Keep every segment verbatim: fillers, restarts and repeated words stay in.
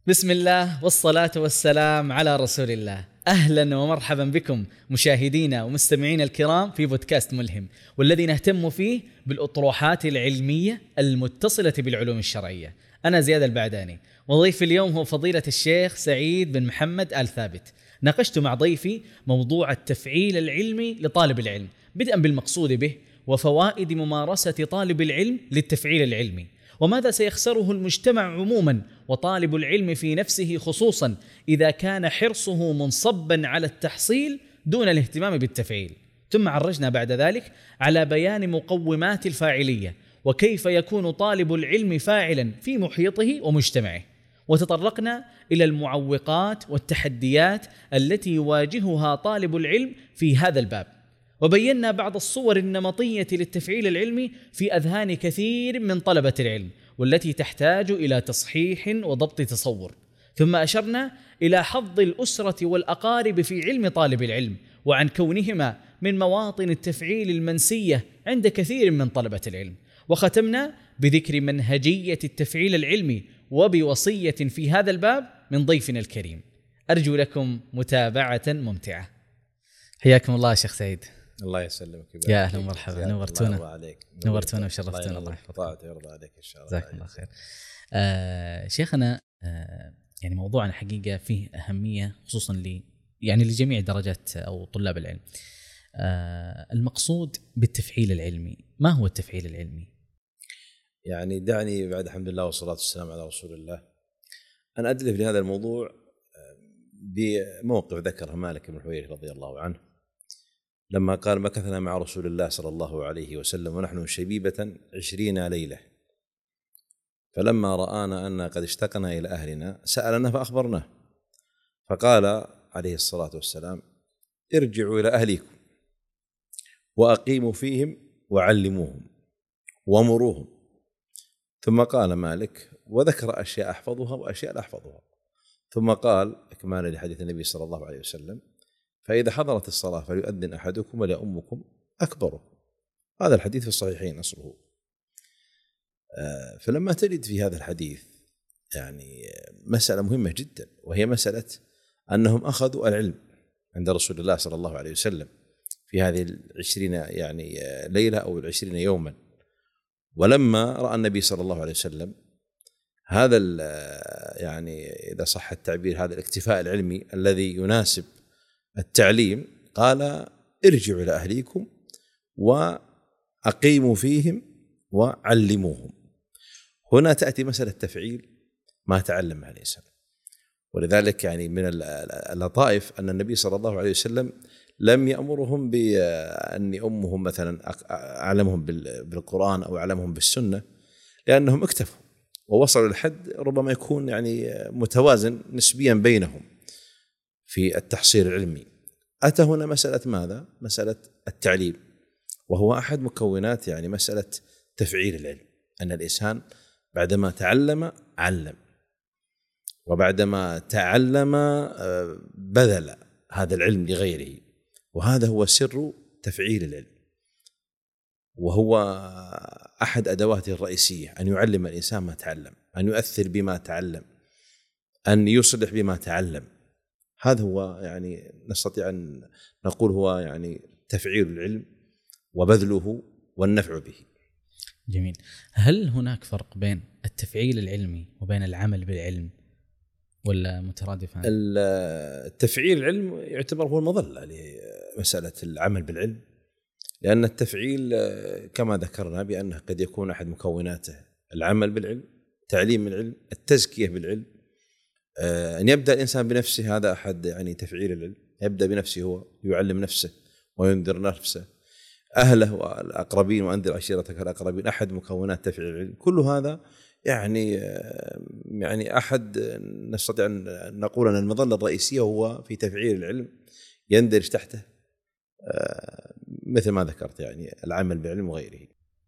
بسم الله والصلاة والسلام على رسول الله. أهلا ومرحبا بكم مشاهدينا ومستمعينا الكرام في بودكاست ملهم، والذي نهتم فيه بالأطروحات العلمية المتصلة بالعلوم الشرعية. أنا زياد البعداني، وضيف اليوم هو فضيلة الشيخ سعيد بن محمد آل ثابت. ناقشت مع ضيفي موضوع التفعيل العلمي لطالب العلم، بدءا بالمقصود به وفوائد ممارسة طالب العلم للتفعيل العلمي، وماذا سيخسره المجتمع عموما وطالب العلم في نفسه خصوصا إذا كان حرصه منصبا على التحصيل دون الاهتمام بالتفعيل. ثم عرجنا بعد ذلك على بيان مقومات الفاعلية وكيف يكون طالب العلم فاعلا في محيطه ومجتمعه، وتطرقنا إلى المعوقات والتحديات التي يواجهها طالب العلم في هذا الباب، وبينا بعض الصور النمطية للتفعيل العلمي في أذهان كثير من طلبة العلم، والتي تحتاج إلى تصحيح وضبط تصور. ثم أشرنا إلى حظ الأسرة والأقارب في علم طالب العلم، وعن كونهما من مواطن التفعيل المنسية عند كثير من طلبة العلم. وختمنا بذكر منهجية التفعيل العلمي وبوصية في هذا الباب من ضيفنا الكريم. أرجو لكم متابعة ممتعة. حياكم الله شيخ سعيد. الله يسلمك يا أهلا ومرحبا، نورتونا نورتونا وشرفتونا. الله يحفظك ويرضى عليك إن شاء الله. جزاك الله خير. آه شيخنا، آه يعني موضوعنا حقيقة فيه أهمية خصوصا لي يعني لجميع درجات أو طلاب العلم. آه المقصود بالتفعيل العلمي، ما هو التفعيل العلمي؟ يعني دعني بعد الحمد لله والصلاة والسلام على رسول الله أن أدلف لهذا الموضوع بموقف ذكره مالك بن الحويرث رضي الله عنه لما قال: مكثنا مع رسول الله صلى الله عليه وسلم ونحن شبيبة عشرين ليلة، فلما رآنا أن قد اشتقنا إلى أهلنا سألنا فأخبرناه، فقال عليه الصلاة والسلام: ارجعوا إلى أهليكم وأقيموا فيهم وعلموهم ومروهم. ثم قال مالك: وذكر أشياء أحفظها وأشياء لا أحفظها، ثم قال إكمالا لحديث النبي صلى الله عليه وسلم: فإذا حضرت الصلاة فليؤذن أحدكم وليؤمكم أكبركم. هذا الحديث في الصحيحين أصله. فلما تجد في هذا الحديث يعني مسألة مهمة جدا، وهي مسألة أنهم أخذوا العلم عند رسول الله صلى الله عليه وسلم في هذه العشرين يعني ليلة أو العشرين يوما، ولما رأى النبي صلى الله عليه وسلم هذا يعني إذا صح التعبير هذا الاكتفاء العلمي الذي يناسب التعليم، قال: ارجعوا إلى أهليكم وأقيموا فيهم وعلموهم. هنا تأتي مسألة تفعيل ما تعلم عليه السلام، ولذلك يعني من اللطائف أن النبي صلى الله عليه وسلم لم يأمرهم بأن يأمهم مثلا أعلمهم بالقرآن أو أعلمهم بالسنة، لأنهم اكتفوا ووصلوا لحد ربما يكون يعني متوازن نسبيا بينهم في التحصيل العلمي. أتى هنا مسألة ماذا؟ مسألة التعليم، وهو أحد مكونات يعني مسألة تفعيل العلم، أن الإنسان بعدما تعلم علم، وبعدما تعلم بذل هذا العلم لغيره، وهذا هو سر تفعيل العلم، وهو أحد أدواته الرئيسية، أن يعلم الإنسان ما تعلم، أن يؤثر بما تعلم، أن يصلح بما تعلم. هذا هو يعني نستطيع أن نقول هو يعني تفعيل العلم وبذله والنفع به. جميل. هل هناك فرق بين التفعيل العلمي وبين العمل بالعلم ولا مترادفان؟ التفعيل العلم يعتبر هو المظلة لمسألة العمل بالعلم، لأن التفعيل كما ذكرنا بأنه قد يكون أحد مكوناته العمل بالعلم، تعليم العلم، التزكية بالعلم، أن يبدأ الإنسان بنفسه، هذا أحد يعني تفعيل العلم، يبدأ بنفسه هو، يعلم نفسه وينذر نفسه، أهله والأقربين، وأنذر عشيرتك الأقربين، أحد مكونات تفعيل العلم. كل هذا يعني يعني أحد نستطيع أن نقول أن المظلة الرئيسية هو في تفعيل العلم، يندرج تحته مثل ما ذكرت يعني العمل بالعلم وغيره.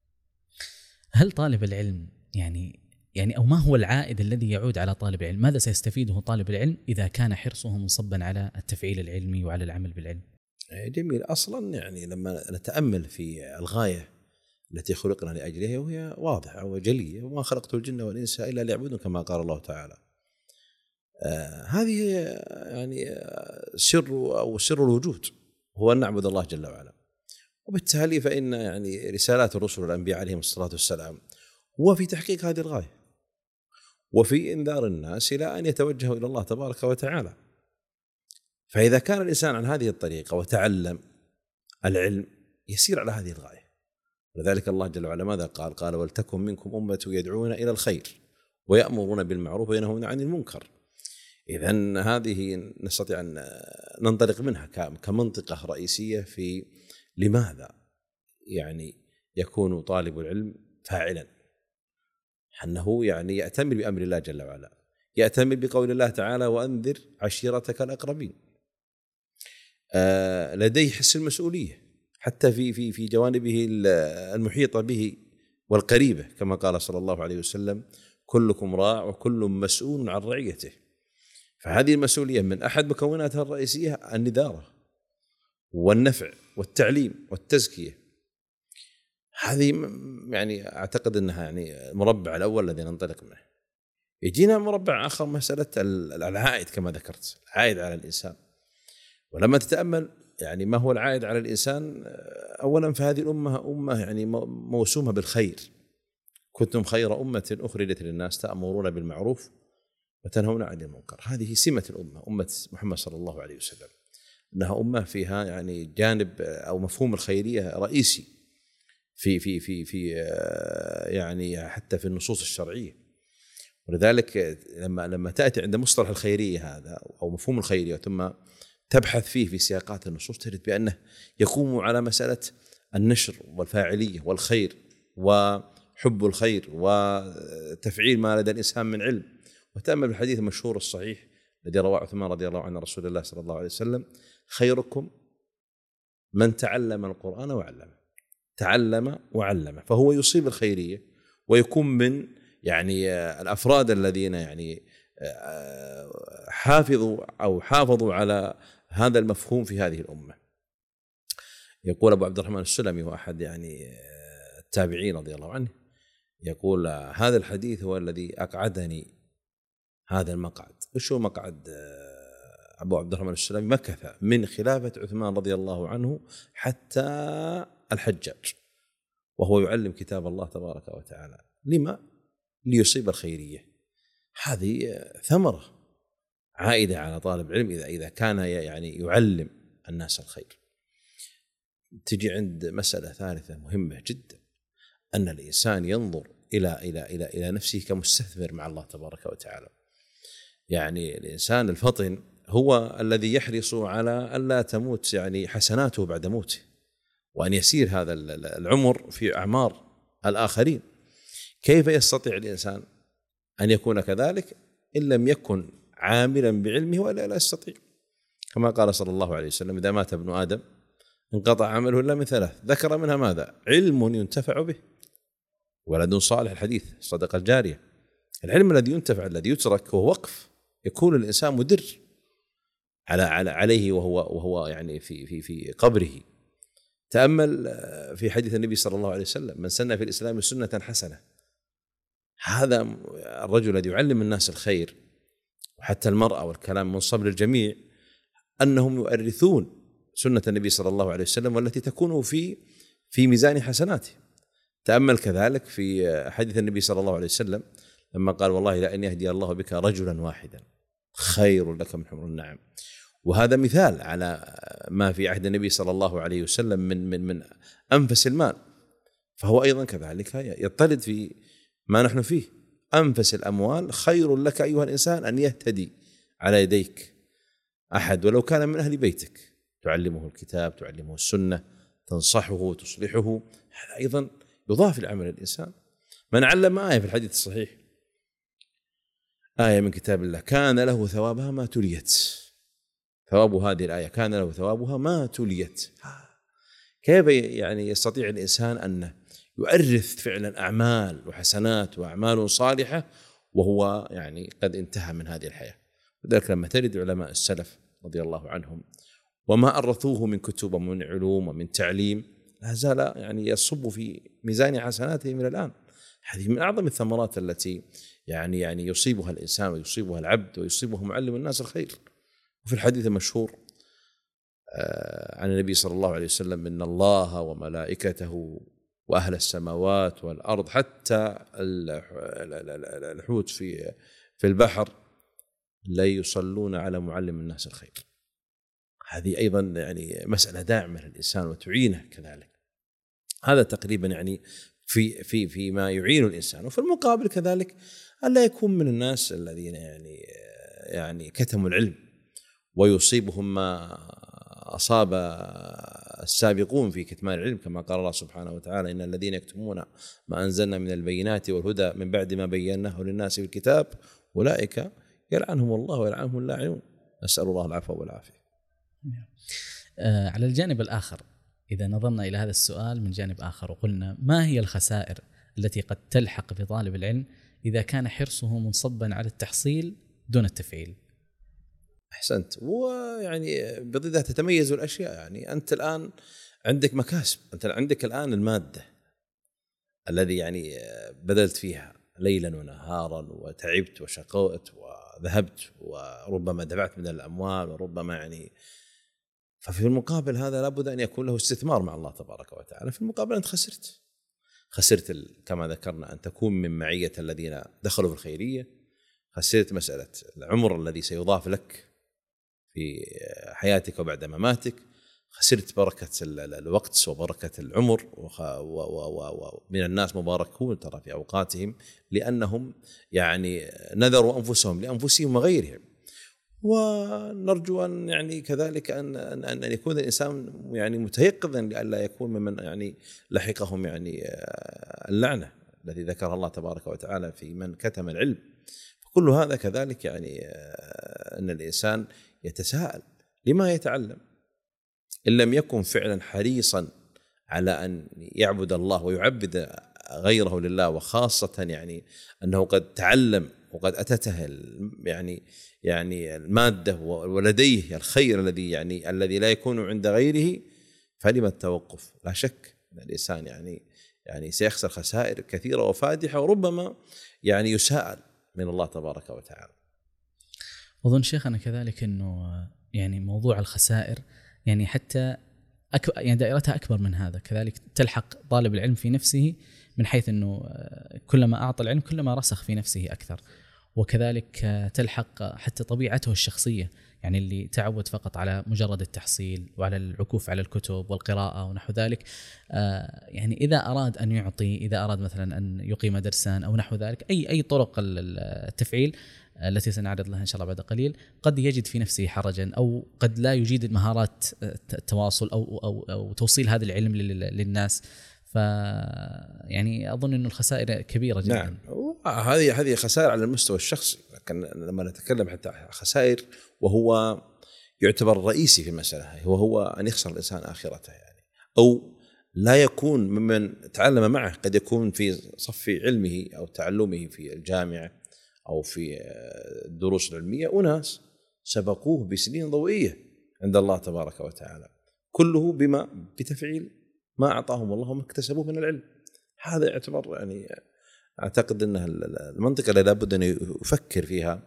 هل طالب العلم يعني يعني أو ما هو العائد الذي يعود على طالب العلم؟ ماذا سيستفيده طالب العلم إذا كان حرصه منصبا على التفعيل العلمي وعلى العمل بالعلم؟ جميل. أصلا يعني لما نتأمل في الغاية التي خلقنا لأجلها وهي واضحة وجلية: وما خلقت الجن والإنس إلا ليعبدون، كما قال الله تعالى. آه هذه يعني سر أو سر الوجود هو أن نعبد الله جل وعلا. وبالتالي فإن يعني رسالات الرسل والأنبياء عليهم الصلاة والسلام هو في تحقيق هذه الغاية وفي إنذار الناس إلى أن يتوجهوا إلى الله تبارك وتعالى. فإذا كان الإنسان عن هذه الطريقة وتعلم العلم يسير على هذه الغاية. ولذلك الله جل وعلا ماذا قال؟ قال ولتكن منكم أمة يدعون إلى الخير ويأمرون بالمعروف وينهون عن المنكر. إذن هذه نستطيع أن ننطلق منها كمنطقة رئيسية في لماذا يعني يكون طالب العلم فاعلا، أنه يعني يأتمر بأمر الله جل وعلا، يأتمر بقول الله تعالى وأنذر عشيرتك الأقربين. آه لديه حس المسؤولية حتى في في في جوانبه المحيطة به والقريبة، كما قال صلى الله عليه وسلم كلكم راع وكل مسؤول عن رعيته. فهذه المسؤولية من أحد مكوناتها الرئيسية النذارة والنفع والتعليم والتزكية. هذه يعني أعتقد أنها يعني المربع الأول الذي ننطلق منه. يجينا مربع آخر مسألة العائد كما ذكرت، العائد على الإنسان. ولما تتأمل يعني ما هو العائد على الإنسان، أولا فهذه الأمة أمة يعني موسومة بالخير، كنتم خير أمة أخرجت للناس تأمرون بالمعروف وتنهون عن المنكر. هذه سمة الأمة، أمة محمد صلى الله عليه وسلم، أنها أمة فيها يعني جانب أو مفهوم الخيرية رئيسي في في في في يعني حتى في النصوص الشرعية. ولذلك لما لما تأتي عند مصطلح الخيرية هذا أو مفهوم الخيرية ثم تبحث فيه في سياقات النصوص تجد بأنه يقوم على مسألة النشر والفاعلية والخير وحب الخير وتفعيل ما لدى الإنسان من علم. وتأمل بالحديث المشهور الصحيح الذي رواه عثمان رضي الله عنه رسول الله صلى الله عليه وسلم خيركم من تعلم القرآن وعلمه، تعلم وعلمه. فهو يصيب الخيرية ويكون من يعني الأفراد الذين يعني حافظوا أو حافظوا على هذا المفهوم في هذه الأمة. يقول أبو عبد الرحمن السلمي وأحد يعني التابعين رضي الله عنه، يقول هذا الحديث هو الذي أقعدني هذا المقعد. وشو مقعد أبو عبد الرحمن السلمي؟ مكث من خلافة عثمان رضي الله عنه حتى الحجاج وهو يعلم كتاب الله تبارك وتعالى. لما؟ ليصيب الخيرية. هذه ثمرة عائدة على طالب علم إذا إذا كان يعني يعلم الناس الخير. تجي عند مسألة ثالثة مهمة جدا، أن الإنسان ينظر إلى إلى إلى إلى نفسه كمستثمر مع الله تبارك وتعالى. يعني الإنسان الفطن هو الذي يحرص على ألا تموت يعني حسناته بعد موته، وأن يسير هذا العمر في أعمار الآخرين. كيف يستطيع الإنسان أن يكون كذلك إن لم يكن عاملا بعلمه؟ ولا لا يستطيع. كما قال صلى الله عليه وسلم إذا مات ابن آدم انقطع عمله إلا من ثلاث، ذكر منها ماذا؟ علم ينتفع به، ولد صالح، الحديث الصدقة الجارية. العلم الذي ينتفع الذي يترك هو وقف، يكون الإنسان مدر على على عليه وهو وهو يعني في في في قبره. تأمل في حديث النبي صلى الله عليه وسلم من سن في الإسلام سنة حسنة. هذا الرجل الذي يعلم الناس الخير وحتى المرأة، والكلام منصب للجميع أنهم يؤرثون سنة النبي صلى الله عليه وسلم والتي تكون في في ميزان حسناته. تأمل كذلك في حديث النبي صلى الله عليه وسلم لما قال والله لأن يهدي الله بك رجلا واحدا خير لك من حمر النعم. وهذا مثال على ما في عهد النبي صلى الله عليه وسلم من من من أنفس المال. فهو أيضا كذلك يطلد في ما نحن فيه. أنفس الأموال خير لك أيها الإنسان أن يهتدي على يديك أحد ولو كان من أهل بيتك، تعلمه الكتاب، تعلمه السنة، تنصحه، تصلحه. هذا أيضا يضاف العمل الإنسان. من علم آية في الحديث الصحيح، آية من كتاب الله، كان له ثوابها ما تليت. ثواب هذه الآية كان له ثوابها ما تليت. كيف يعني يستطيع الإنسان أن يؤرث فعلا أعمال وحسنات وأعمال صالحة وهو يعني قد انتهى من هذه الحياة؟ وذلك لما ترد علماء السلف رضي الله عنهم وما أرثوه من كتب ومن علوم ومن تعليم لا زال يعني يصب في ميزان حسناتهم إلى الآن. هذه من أعظم الثمرات التي يعني يعني يصيبها الإنسان ويصيبها العبد ويصيبه معلم الناس الخير. وفي الحديث المشهور عن النبي صلى الله عليه وسلم: إن الله وملائكته وأهل السماوات والأرض حتى الحوت في في البحر لا يصلون على معلم الناس الخير. هذه أيضا يعني مسألة داعمة للإنسان وتعينه كذلك. هذا تقريبا يعني في في فيما يعين الإنسان. وفي المقابل كذلك ألا يكون من الناس الذين يعني يعني كتموا العلم ويصيبهم ما أصاب السابقون في كتمان العلم، كما قال الله سبحانه وتعالى: إن الذين يكتمون ما أنزلنا من البينات والهدى من بعد ما بيناه للناس في الكتاب أولئك يلعنهم الله ويلعنهم اللاعنون. نسأل الله العفو والعافية. على الجانب الآخر، إذا نظرنا إلى هذا السؤال من جانب آخر وقلنا: ما هي الخسائر التي قد تلحق بطالب العلم إذا كان حرصه منصبا على التحصيل دون التفعيل؟ أحسنت. ويعني بضدها تتميز الأشياء. يعني أنت الآن عندك مكاسب، أنت عندك الآن المادة الذي يعني بذلت فيها ليلا ونهارا وتعبت وشقوت وذهبت وربما دفعت من الأموال وربما يعني، ففي المقابل هذا لابد أن يكون له استثمار مع الله تبارك وتعالى. في المقابل أنت خسرت خسرت كما ذكرنا أن تكون من معية الذين دخلوا في الخيرية، خسرت مسألة العمر الذي سيضاف لك في حياتك وبعد مماتك، خسرت بركة الوقت وبركة العمر. ومن الناس مباركون ترى في أوقاتهم لأنهم يعني نذروا أنفسهم لأنفسهم وغيرهم. ونرجو أن يعني كذلك أن أن أن يكون الإنسان يعني متيقظا لئلا يكون ممن يعني لحقهم يعني اللعنة التي ذكرها الله تبارك وتعالى في من كتم العلم. فكل هذا كذلك يعني أن الإنسان يتساءل لما يتعلم إن لم يكن فعلا حريصا على أن يعبد الله ويعبد غيره لله، وخاصة يعني أنه قد تعلم وقد أتته يعني يعني المادة ولديه الخير الذي يعني الذي لا يكون عند غيره، فلما التوقف؟ لا شك أن الإنسان يعني يعني سيخسر خسائر كثيرة وفادحة، وربما يعني يساءل من الله تبارك وتعالى. أظن شيخنا كذلك أنه يعني موضوع الخسائر يعني حتى أك... يعني دائرتها أكبر من هذا. كذلك تلحق طالب العلم في نفسه من حيث أنه كلما أعطى العلم كلما رسخ في نفسه أكثر، وكذلك تلحق حتى طبيعته الشخصية، يعني اللي تعود فقط على مجرد التحصيل وعلى العكوف على الكتب والقراءة ونحو ذلك، يعني إذا أراد أن يعطي، إذا أراد مثلا أن يقيم درسا أو نحو ذلك، أي أي طرق التفعيل التي سنعرض لها إن شاء الله بعد قليل، قد يجد في نفسه حرجا، أو قد لا يجيد مهارات التواصل أو أو أو توصيل هذا العلم للناس. ف يعني أظن إنه الخسائر كبيرة جدا. نعم، هذه هذه خسائر على المستوى الشخصي، لكن لما نتكلم حتى خسائر وهو يعتبر رئيسي في المسألة، هو هو أن يخسر الإنسان آخرته، يعني أو لا يكون ممن تعلم معه. قد يكون في صف علمه أو تعلمه في الجامعة أو في الدروس العلمية أناس سبقوه بسنين ضوئية عند الله تبارك وتعالى، كله بما بتفعيل ما أعطاهم الله وما اكتسبوه من العلم. هذا يعتبر يعني أعتقد أنها المنطقة اللي لابد أن يفكر فيها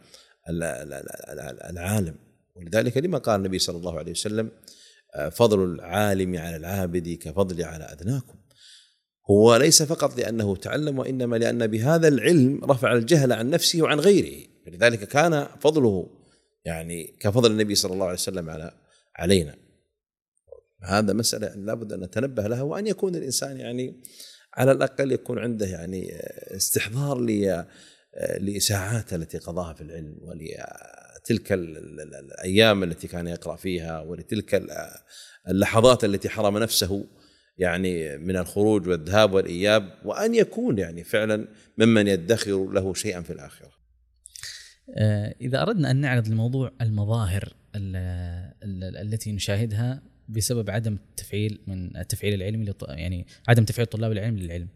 العالم. ولذلك لما قال النبي صلى الله عليه وسلم: فضل العالم على العابد كفضل على أدناكم. هو ليس فقط لأنه تعلم، وإنما لأن بهذا العلم رفع الجهل عن نفسه وعن غيره، لذلك كان فضله يعني كفضل النبي صلى الله عليه وسلم على علينا. هذا مسألة لابد أن نتنبه لها، وأن يكون الإنسان يعني على الأقل يكون عنده يعني استحضار لساعات التي قضاها في العلم، ولتلك الأيام التي كان يقرأ فيها، ولتلك اللحظات التي حرم نفسه يعني من الخروج والذهاب والإياب، وأن يكون يعني فعلا ممن يدخر له شيئا في الآخرة. إذا أردنا أن نعرض الموضوع المظاهر التي نشاهدها بسبب عدم التفعيل من التفعيل العلمي، يعني عدم تفعيل طلاب العلم للعلم،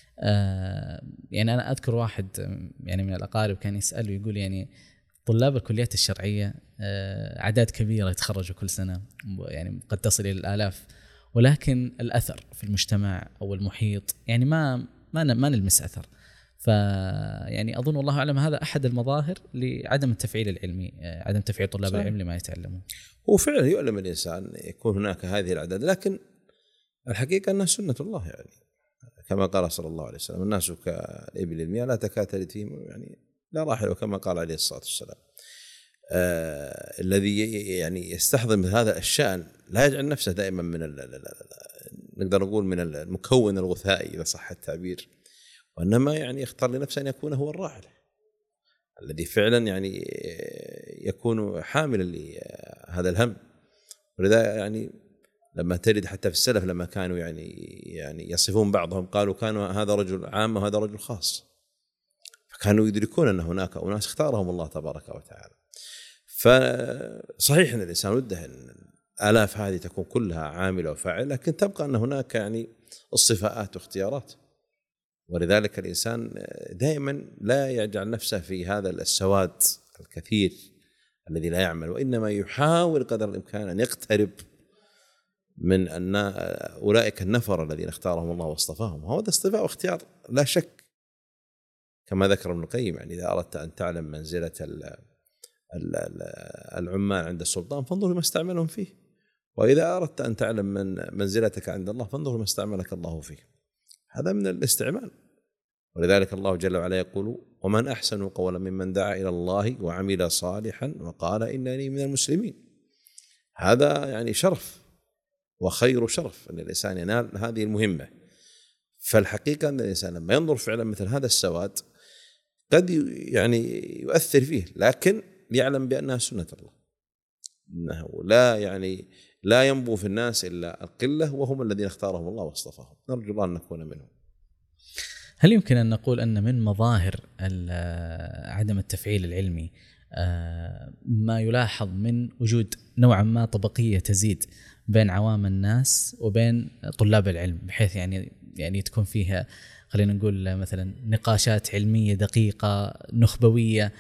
يعني أنا أذكر واحد يعني من الأقارب كان يسأل ويقول يعني طلاب الكليات الشرعية أعداد كبيرة يتخرجوا كل سنة، يعني قد تصل إلى الآلاف، ولكن الأثر في المجتمع أو المحيط يعني ما ما ما نلمس أثر. فيعني أظن والله أعلم هذا أحد المظاهر لعدم التفعيل العلمي، عدم تفعيل طلاب صحيح. العلم لما يتعلمون. هو فعلا يؤلم الإنسان يكون هناك هذه الأعداد، لكن الحقيقة أنها سنة الله، يعني كما قال صلى الله عليه وسلم الناس كالإبل المياه لا تكاد تلد فيهم يعني لا راحل، وكما قال عليه الصلاة والسلام. آه الذي يعني يستحضر هذا الشأن لا يجعل نفسه دائما من نقدر نقول من المكون الغثائي إذا صح التعبير، وإنما يعني يختار لنفسه أن يكون هو الراحل الذي فعلا يعني يكون حاملا لهذا الهم. ولذا يعني لما ترد حتى في السلف لما كانوا يعني يعني يصفون بعضهم قالوا كانوا هذا رجل عام وهذا رجل خاص، فكانوا يدركون أن هناك أناس اختارهم الله تبارك وتعالى. فصحيح أن الإنسان وده أن الآلاف هذه تكون كلها عاملة وفاعلة، لكن تبقى أن هناك يعني الصفاءات واختيارات. ولذلك الإنسان دائما لا يجعل نفسه في هذا السواد الكثير الذي لا يعمل، وإنما يحاول قدر الإمكان أن يقترب من أن أولئك النفر الذين اختارهم الله واصطفاهم. وهذا اصطفاء واختيار لا شك، كما ذكر ابن القيم يعني إذا أردت أن تعلم منزلة العمال عند السلطان فانظر ما استعملهم فيه، وإذا أردت أن تعلم من منزلتك عند الله فانظر ما استعملك الله فيه. هذا من الاستعمال. ولذلك الله جل وعلا يقول ومن أحسن قولا ممن دعا إلى الله وعمل صالحا وقال إنني من المسلمين. هذا يعني شرف وخير شرف أن الإنسان ينال هذه المهمة. فالحقيقة أن الإنسان لما ينظر فعلا مثل هذا السواد قد يعني يؤثر فيه، لكن يعلم بأنها سنة الله، أنه لا يعني لا ينبو في الناس إلا القلة وهم الذين اختارهم الله واصطفاهم. نرجو الله أن نكون منهم. هل يمكن أن نقول أن من مظاهر عدم التفعيل العلمي ما يلاحظ من وجود نوعا ما طبقية تزيد بين عوام الناس وبين طلاب العلم، بحيث يعني يعني تكون فيها خلينا نقول مثلا نقاشات علمية دقيقة نخبوية،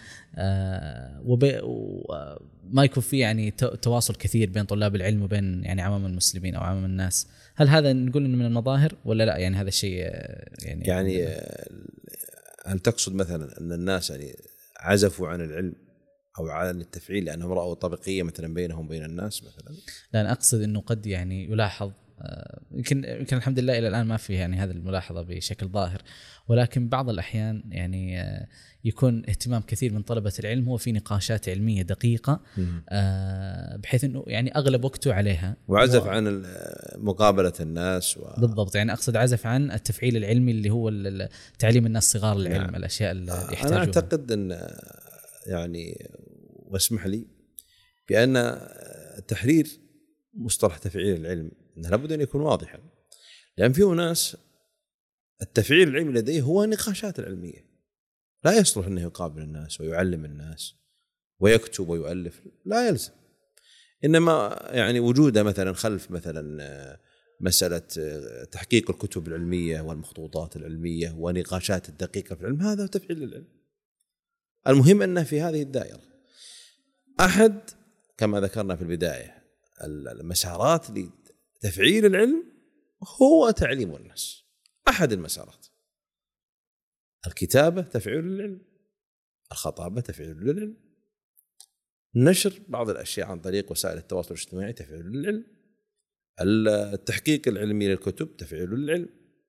وما يكون فيه يعني تواصل كثير بين طلاب العلم وبين يعني عوام المسلمين أو عوام الناس؟ هل هذا نقول إنه من المظاهر ولا لا؟ يعني هذا الشيء يعني يعني هل تقصد مثلا أن الناس يعني عزفوا عن العلم أو عن التفعيل لأنهم رأوا طبقية مثلا بينهم بين الناس مثلا؟ لا، أنا أقصد إنه قد يعني يلاحظ، يمكن يمكن الحمد لله إلى الآن ما في يعني هذه الملاحظة بشكل ظاهر، ولكن بعض الأحيان يعني يكون اهتمام كثير من طلبة العلم هو في نقاشات علمية دقيقة، بحيث إنه يعني أغلب وقته عليها وعزف عن مقابلة الناس و... بالضبط. يعني أقصد عزف عن التفعيل العلمي اللي هو تعليم الناس صغار العلم. نعم. الأشياء اللي يحتاجونها. أنا أعتقد أن يعني واسمح لي بأن التحرير مصطلح تفعيل العلم لابد أن يكون واضحا، لأن فيه ناس التفعيل العلمي لديه هو نقاشات العلمية، لا يصلح أنه يقابل الناس ويعلم الناس ويكتب ويؤلف، لا يلزم. إنما يعني وجوده مثلا خلف مثلا مسألة تحقيق الكتب العلمية والمخطوطات العلمية ونقاشات الدقيقة في العلم، هذا تفعيل العلم. المهم أنه في هذه الدائرة أحد كما ذكرنا في البداية المسارات لتفعيل العلم هو تعليم الناس. أحد المسارات الكتابة تفعيل العلم، الخطابة تفعيل للعلم، نشر بعض الأشياء عن طريق وسائل التواصل الاجتماعي تفعيل للعلم، التحقيق العلمي للكتب تفعيل للعلم،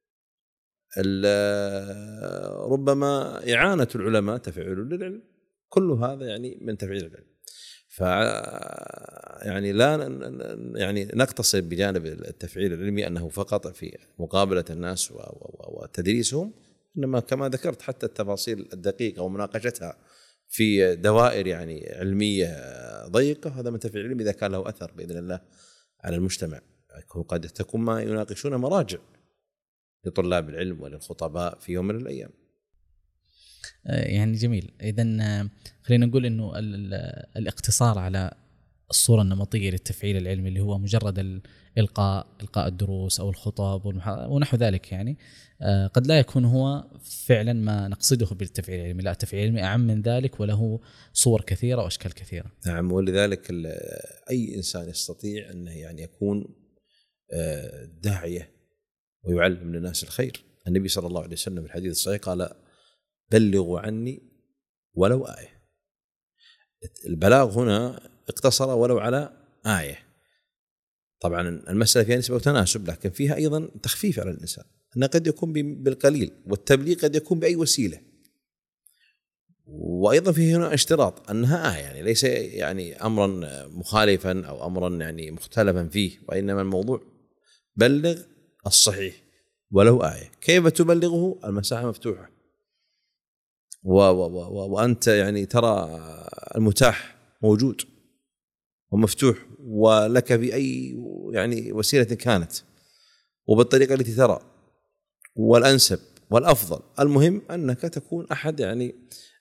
ربما إعانة العلماء تفعيل للعلم. كل هذا يعني من تفعيل العلم. ف يعني لا يعني نقتصر بجانب التفعيل العلمي أنه فقط في مقابلة الناس وتدريسهم، إنما كما ذكرت حتى التفاصيل الدقيقة ومناقشتها في دوائر يعني علمية ضيقة، هذا من تفعيل العلم إذا كان له أثر بإذن الله على المجتمع. قد تكون ما يناقشون مراجع لطلاب العلم وللخطباء في يوم من الأيام. يعني جميل. إذن خلينا نقول إنه الاقتصار على الصورة النمطية للتفعيل العلمي اللي هو مجرد الإلقاء إلقاء الدروس أو الخطب ونحو ذلك، يعني قد لا يكون هو فعلا ما نقصده بالتفعيل العلمي. لا، التفعيل العلمي أعم من ذلك وله صور كثيرة وأشكال كثيرة. نعم. ولذلك أي إنسان يستطيع أنه يعني يكون داعية ويعلم للناس الخير. النبي صلى الله عليه وسلم في الحديث الصحيح قال بلغوا عني ولو آية. البلاغ هنا اقتصر ولو على آية. طبعا المسألة فيها نسبة وتناسب، لكن فيها أيضا تخفيف على الإنسان، أنه قد يكون بالقليل، والتبليغ قد يكون بأي وسيلة. وأيضا فيه هنا اشتراط أنها آية، يعني ليس يعني أمرا مخالفا أو أمرا يعني مختلفا فيه، وإنما الموضوع بلغ الصحيح ولو آية. كيف تبلغه؟ المساحة مفتوحة، و و و وأنت يعني ترى المتاح موجود ومفتوح ولك في أي يعني وسيلة كانت، وبالطريقة التي ترى، والأنسب والأفضل. المهم أنك تكون أحد يعني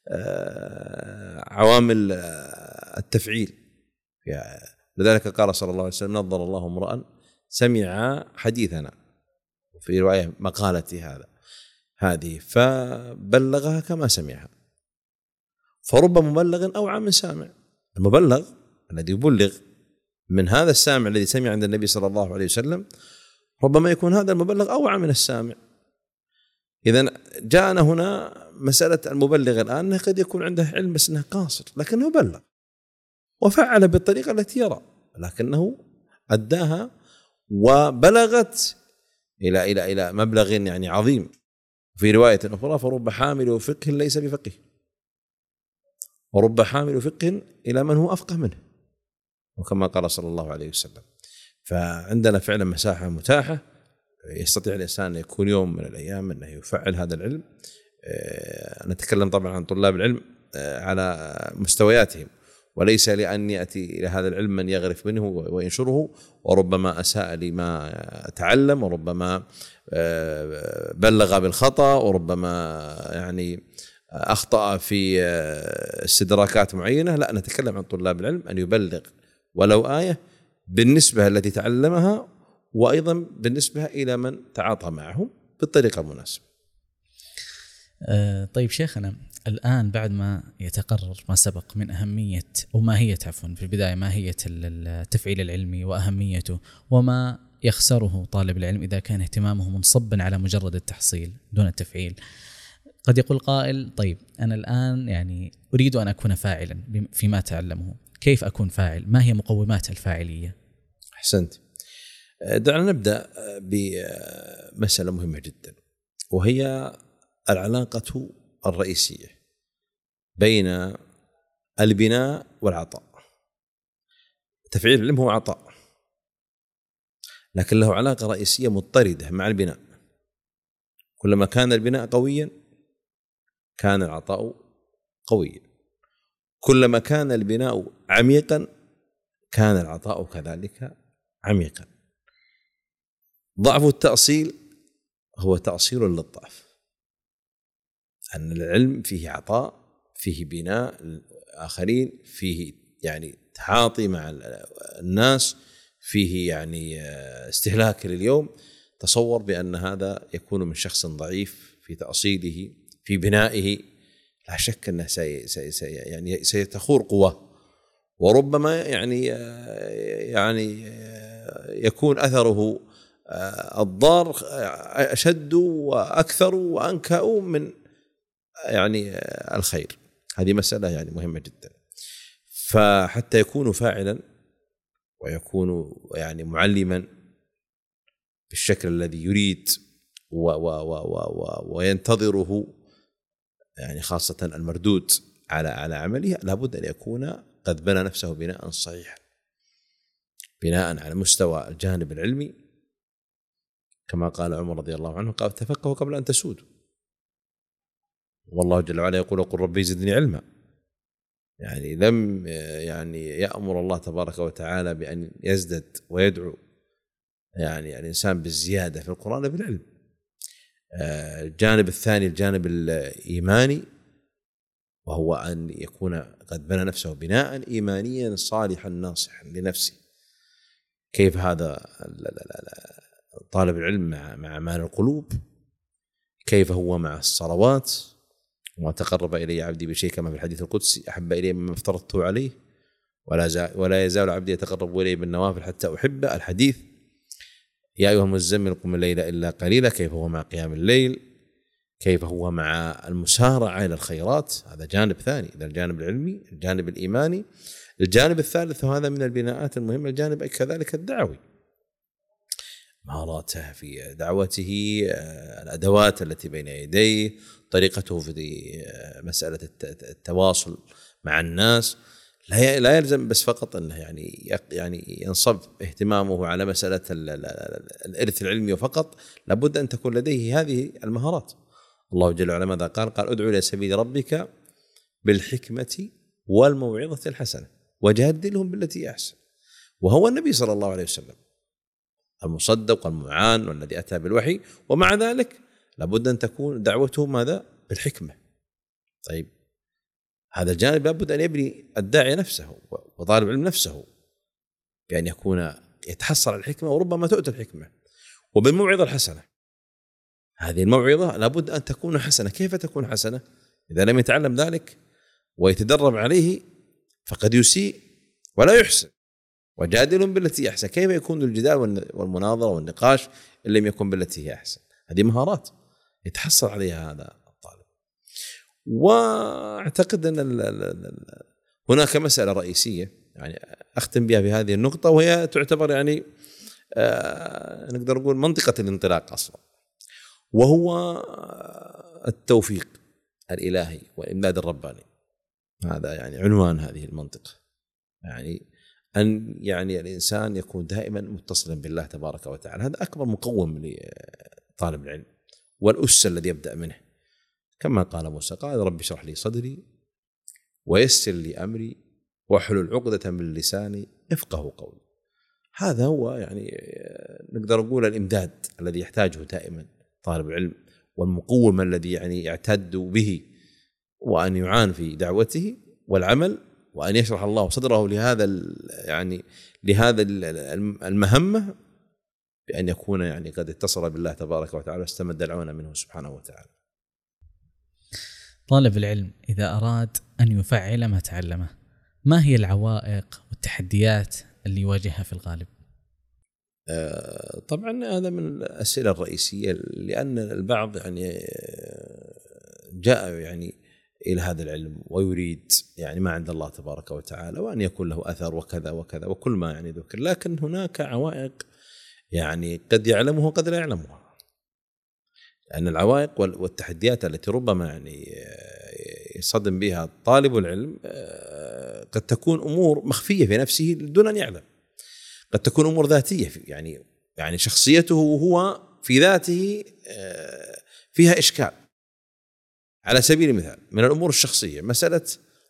عوامل التفعيل. لذلك قال صلى الله عليه وسلم: نظر الله امرأ سمع حديثنا، وفي رواية مقالتي هذا هذه فبلغها كما سمعها. فرب مبلغ أوعى من سامع. المبلغ الذي يبلغ من هذا السامع الذي سمع عند النبي صلى الله عليه وسلم، ربما يكون هذا المبلغ أوعى من السامع. إذن جاءنا هنا مسألة المبلغ الآن قد يكون عنده علم بس أنه قاصر، لكنه يبلغ وفعل بالطريقة التي يرى، لكنه أداها وبلغت إلى إلى إلى مبلغ يعني عظيم. في رواية أخرى: فرب حامل فقه ليس بفقه، ورب حامل فقه إلى من هو أفقه منه، وكما قال صلى الله عليه وسلم. فعندنا فعلا مساحة متاحة، يستطيع الإنسان أن يكون يوم من الأيام أنه يفعل هذا العلم. نتكلم طبعا عن طلاب العلم على مستوياتهم، وليس لأن يأتي إلى هذا العلم من يغرف منه وينشره، وربما أساء لما تعلم، وربما بلغ بالخطأ، وربما يعني أخطأ في استدراكات معينة. لا، نتكلم عن طلاب العلم أن يبلغ ولو آية بالنسبة التي تعلمها، وأيضا بالنسبة إلى من تعاطى معهم بالطريقة المناسبة. أه طيب شيخنا، الآن بعد ما يتقرر ما سبق من أهمية أو ماهية عفوا في البداية ماهية التفعيل العلمي وأهميته، وما يخسره طالب العلم إذا كان اهتمامه منصبا على مجرد التحصيل دون التفعيل، قد يقول قائل: طيب أنا الآن يعني أريد أن أكون فاعلا فيما تعلمه، كيف أكون فاعل؟ ما هي مقومات الفاعلية؟ أحسنت. دعنا نبدأ بمسألة مهمة جدا، وهي العلاقة الرئيسية بين البناء والعطاء. تفعيل العلم هو عطاء، لكن له علاقة رئيسية مضطردة مع البناء. كلما كان البناء قويا كان العطاء قويا، كلما كان البناء عميقا كان العطاء كذلك عميقا. ضعف التأصيل هو تأصيل للضعف، أن العلم فيه عطاء، فيه بناء الآخرين، فيه يعني تعاطي مع الناس، فيه يعني استهلاك لليوم. تصور بأن هذا يكون من شخص ضعيف في تأصيله في بنائه، لا شك أنه سي سي سي يعني سيتخور قواه، وربما يعني يعني يكون أثره الضار أشد وأكثر وأنكأ من يعني الخير. هذه مسألة يعني مهمة جدا. فحتى يكون فاعلا ويكون يعني معلما بالشكل الذي يريد و و و و وينتظره، يعني خاصة المردود على على عمله، لابد أن يكون قد بنى نفسه بناء صحيحا، بناء على مستوى الجانب العلمي، كما قال عمر رضي الله عنه: قال: تفقهوا قبل أن تسودوا. والله جل وعلا يقول: قل ربي زدني علما. يعني لم يعني يأمر الله تبارك وتعالى بأن يزدد ويدعو يعني الإنسان بالزيادة في القرآن بالعلم. الجانب الثاني الجانب الإيماني، وهو أن يكون قد بنى نفسه بناء إيمانيا صالحا ناصحا لنفسه. كيف هذا طالب العلم مع مع أعمال القلوب؟ كيف هو مع الصلوات؟ وما تقرب إلي عبدي بشيء كما في الحديث القدسي: أحب إلي مما افترضته عليه، ولا ولا يزال عبدي يتقرب إلي بالنوافل حتى أحبه. الحديث: يا أيها المزمل قم الليل إلا قليلا. كيف هو مع قيام الليل؟ كيف هو مع المسارعة إلى الخيرات، هذا جانب ثاني. إذا الجانب العلمي، الجانب الإيماني. الجانب الثالث وهذا من البناءات المهمة الجانب كذلك الدعوي، مهاراته في دعوته، الأدوات التي بين يديه، طريقته في مسألة التواصل مع الناس. لا يلزم بس فقط أنه يعني يعني ينصب اهتمامه على مسألة الإرث العلمي فقط، لابد أن تكون لديه هذه المهارات. الله جل وعلا ماذا قال؟ قال ادعو إلى سبيل ربك بالحكمة والموعظة الحسنة وجادلهم بالتي أحسن. وهو النبي صلى الله عليه وسلم المصدق والمعان والذي أتى بالوحي، ومع ذلك لابد أن تكون دعوته ماذا؟ بالحكمة. طيب هذا الجانب لابد أن يبني الداعي نفسه وطالب العلم نفسه بأن يكون يتحصل على الحكمة، وربما تؤتى الحكمة وبالموعظة الحسنة. هذه الموعظة لابد أن تكون حسنة. كيف تكون حسنة؟ إذا لم يتعلم ذلك ويتدرب عليه فقد يسيء ولا يحسن. وجادلهم بالتي أحسن، كيف يكون الجدال والمناظرة والنقاش إن لم يكن بالتي هي أحسن؟ هذه مهارات يتحصل عليها هذا الطالب. وأعتقد أن هناك مسألة رئيسية يعني أختم بها في هذه النقطة، وهي تعتبر يعني آه نقدر نقول منطقة الانطلاق أصلا، وهو التوفيق الإلهي والإمداد الرباني. هذا يعني عنوان هذه المنطقة، يعني أن يعني الإنسان يكون دائما متصلا بالله تبارك وتعالى. هذا أكبر مقوم لطالب العلم والأس الذي يبدأ منه، كما قال موسى قال رب اشرح لي صدري ويسر لي أمري واحلل عقدة من لساني يفقهوا قولي. هذا هو يعني نقدر نقول الإمداد الذي يحتاجه دائما طالب العلم، والمقوم الذي يعني يعتد به، وأن يعان في دعوته والعمل، وأن يشرح الله صدره لهذا يعني لهذا المهمة، بأن يكون يعني قد اتصل بالله تبارك وتعالى واستمد العون منه سبحانه وتعالى. طالب العلم إذا أراد أن يفعل ما تعلمه، ما هي العوائق والتحديات اللي يواجهها في الغالب؟ طبعا هذا من الأسئلة الرئيسية، لأن البعض يعني جاء يعني إلى هذا العلم ويريد يعني ما عند الله تبارك وتعالى، وأن يكون له أثر وكذا وكذا وكل ما يعني ذكر، لكن هناك عوائق يعني قد يعلمها وقد لا يعلمها. لأن العوائق والتحديات التي ربما يعني يصدم بها طالب العلم قد تكون أمور مخفية في نفسه دون أن يعلم، قد تكون أمور ذاتية، يعني يعني شخصيته هو في ذاته فيها إشكال. على سبيل المثال من الأمور الشخصية مسألة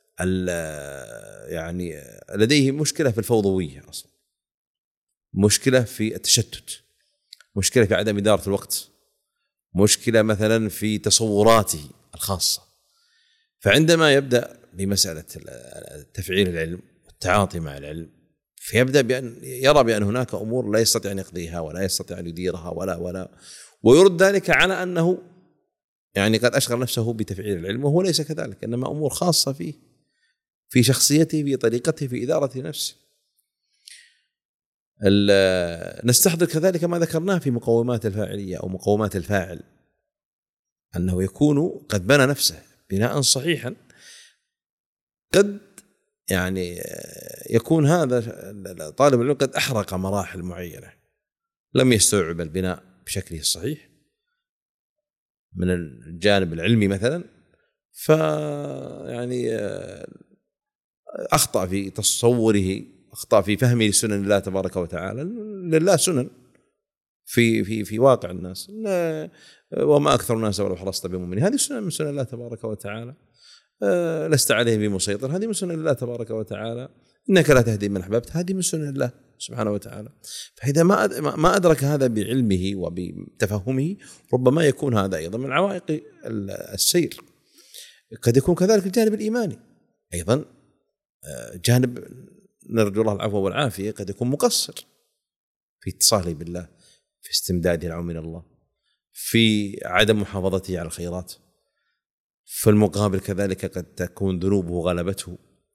يعني لديه مشكلة في الفوضوية أصلا، مشكلة في التشتت، مشكلة في عدم إدارة الوقت، مشكلة مثلا في تصوراته الخاصة. فعندما يبدأ بمسألة تفعيل العلم والتعاطي مع العلم، فيبدأ بأن يرى بأن هناك أمور لا يستطيع أن يقضيها ولا يستطيع أن يديرها ولا ولا ويرد ذلك على أنه يعني قد أشغل نفسه بتفعيل العلم، وهو ليس كذلك، إنما أمور خاصة فيه، في شخصيته، في طريقته، في إدارة نفسه. نستحضر كذلك ما ذكرناه في مقومات الفاعلية أو مقومات الفاعل، أنه يكون قد بنى نفسه بناء صحيحا، قد يعني يكون هذا طالب العلم قد أحرق مراحل معينة، لم يستوعب البناء بشكله الصحيح من الجانب العلمي مثلا، فيعني أخطأ في تصوره، أخطأ في فهمه لسنن الله تبارك وتعالى. لله سنن في في في واقع الناس، وما أكثر الناس ولو حرصت بمؤمنين، هذه سنن من سنن الله تبارك وتعالى. لست عليهم بمسيطر، هذه من سنن الله تبارك وتعالى. إنك لا تهدي من أحببت، هذه من سنن الله سبحانه وتعالى. فإذا ما ما أدرك هذا بعلمه وبتفهمه، ربما يكون هذا أيضا من عوائق السير. قد يكون كذلك الجانب الإيماني أيضا، جانب نرجو الله العفو والعافية، قد يكون مقصر في اتصاله بالله، في استمداده العون من الله، في عدم محافظته على الخيرات. في المقابل كذلك قد تكون ذنوبه غلبته،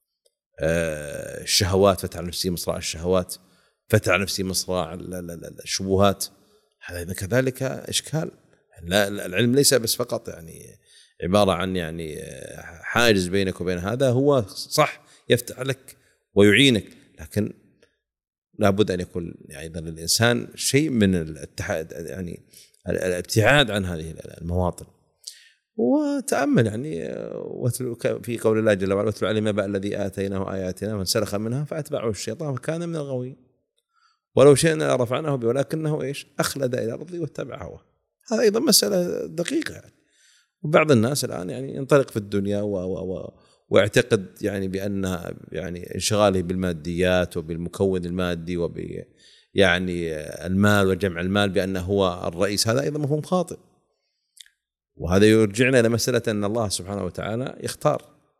الشهوات فتح نفسه مصراع الشهوات، فتح نفسه مصراع الشبهات، هذا كذلك إشكال. لا العلم ليس بس فقط يعني عبارة عن يعني حاجز بينك وبين هذا، هو صح يفتح لك ويعينك، لكن لابد أن يكون أيضا يعني للإنسان شيء من الاتحاد، يعني الابتعاد عن هذه المواطن. وتأمل يعني في قول الله جل وعلا: واتل عليهم نبأ الذي آتيناه آياتنا فانسلخ منها فأتبعه الشيطان فكان من الغاوين ولو شئنا لرفعناه به ولكنه إيش أخلد إلى الأرض واتبع هواه. هذا أيضا مسألة دقيقة يعني. وبعض الناس الآن يعني ينطلق في الدنيا و و و واعتقد يعني بأن يعني انشغاله بالماديات وبالمكون المادي وب يعني المال وجمع المال بأنه هو الرئيس. هذا أيضا مفهوم خاطئ، وهذا يرجعنا إلى مسألة أن الله سبحانه وتعالى يختار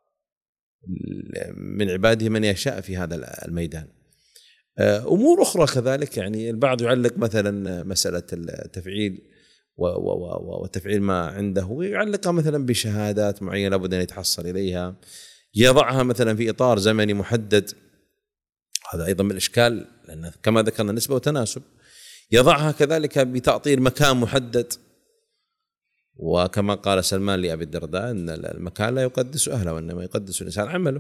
من عباده من يشاء في هذا الميدان. أمور أخرى كذلك، يعني البعض يعلق مثلا مسألة التفعيل وتفعيل ما عنده يعلقها مثلا بشهادات معينة لابد أن يتحصل إليها، يضعها مثلا في إطار زمني محدد. هذا أيضا من الإشكال، لأن كما ذكرنا نسبة وتناسب. يضعها كذلك بتعطيل مكان محدد، وكما قال سلمان لأبي الدرداء أن المكان لا يقدس أهله وإنما يقدس الإنسان عمله.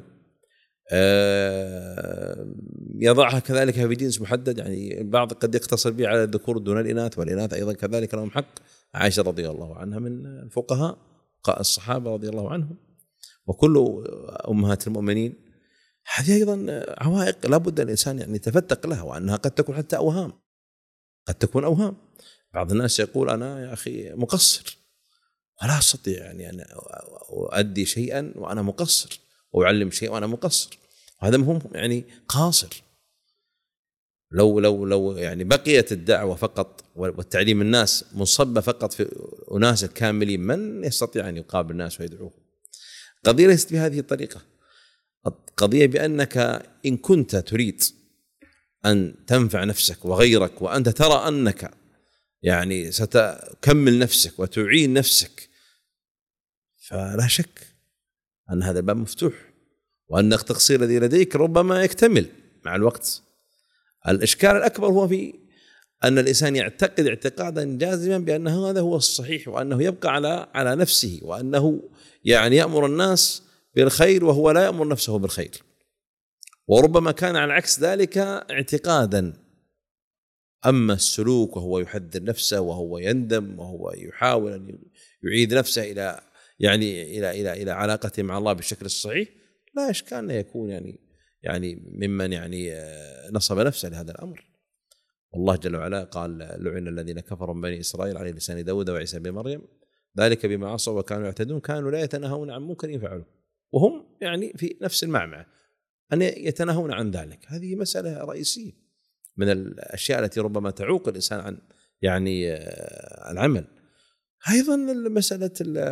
يضعها كذلك في جنس محدد، يعني البعض قد يقتصر به على الذكور دون الإناث، والإناث أيضا كذلك لهم حق. عائشة رضي الله عنها من الفقهاء الصحابة رضي الله عنهم وكل أمهات المؤمنين. هذه أيضا عوائق لابد الإنسان يعني يتفتق لها، وأنها قد تكون حتى أوهام، قد تكون أوهام. بعض الناس يقول أنا يا أخي مقصر ولا أستطيع يعني أن أؤدي شيئا وأنا مقصر، وأعلم شيء وأنا مقصر. وهذا مهم يعني قاصر. لو لو لو يعني بقيت الدعوة فقط والتعليم الناس منصبة فقط في أناس كاملين، من يستطيع أن يقابل الناس ويدعوه؟ قضية ليست بهذه الطريقة. القضية بأنك إن كنت تريد أن تنفع نفسك وغيرك، وأنت ترى أنك يعني ستكمل نفسك وتعين نفسك، فلا شك أن هذا الباب مفتوح، وأن التقصير الذي لديك ربما يكتمل مع الوقت. الإشكال الأكبر هو في أن الإنسان يعتقد اعتقادا جازما بأن هذا هو الصحيح، وأنه يبقى على على نفسه، وأنه يعني يأمر الناس بالخير وهو لا يأمر نفسه بالخير. وربما كان على عكس ذلك اعتقادا. أما السلوك وهو يحذر نفسه وهو يندم وهو يحاول أن يعيد نفسه إلى يعني إلى إلى إلى علاقته مع الله بالشكل الصحيح، لا إشكال أن يكون يعني يعني ممن يعني نصب نفسه لهذا الأمر. والله جل وعلا قال: لعن الذين كفروا من بني إسرائيل على لسان داود وعيسى بن مريم ذلك بما عصوا وكانوا يعتدون كانوا لا يتناهون عن منكر يفعلون. وهم يعني في نفس المعمعة أن يتناهون عن ذلك. هذه مسألة رئيسية من الأشياء التي ربما تعوق الإنسان عن يعني العمل. أيضا مسألة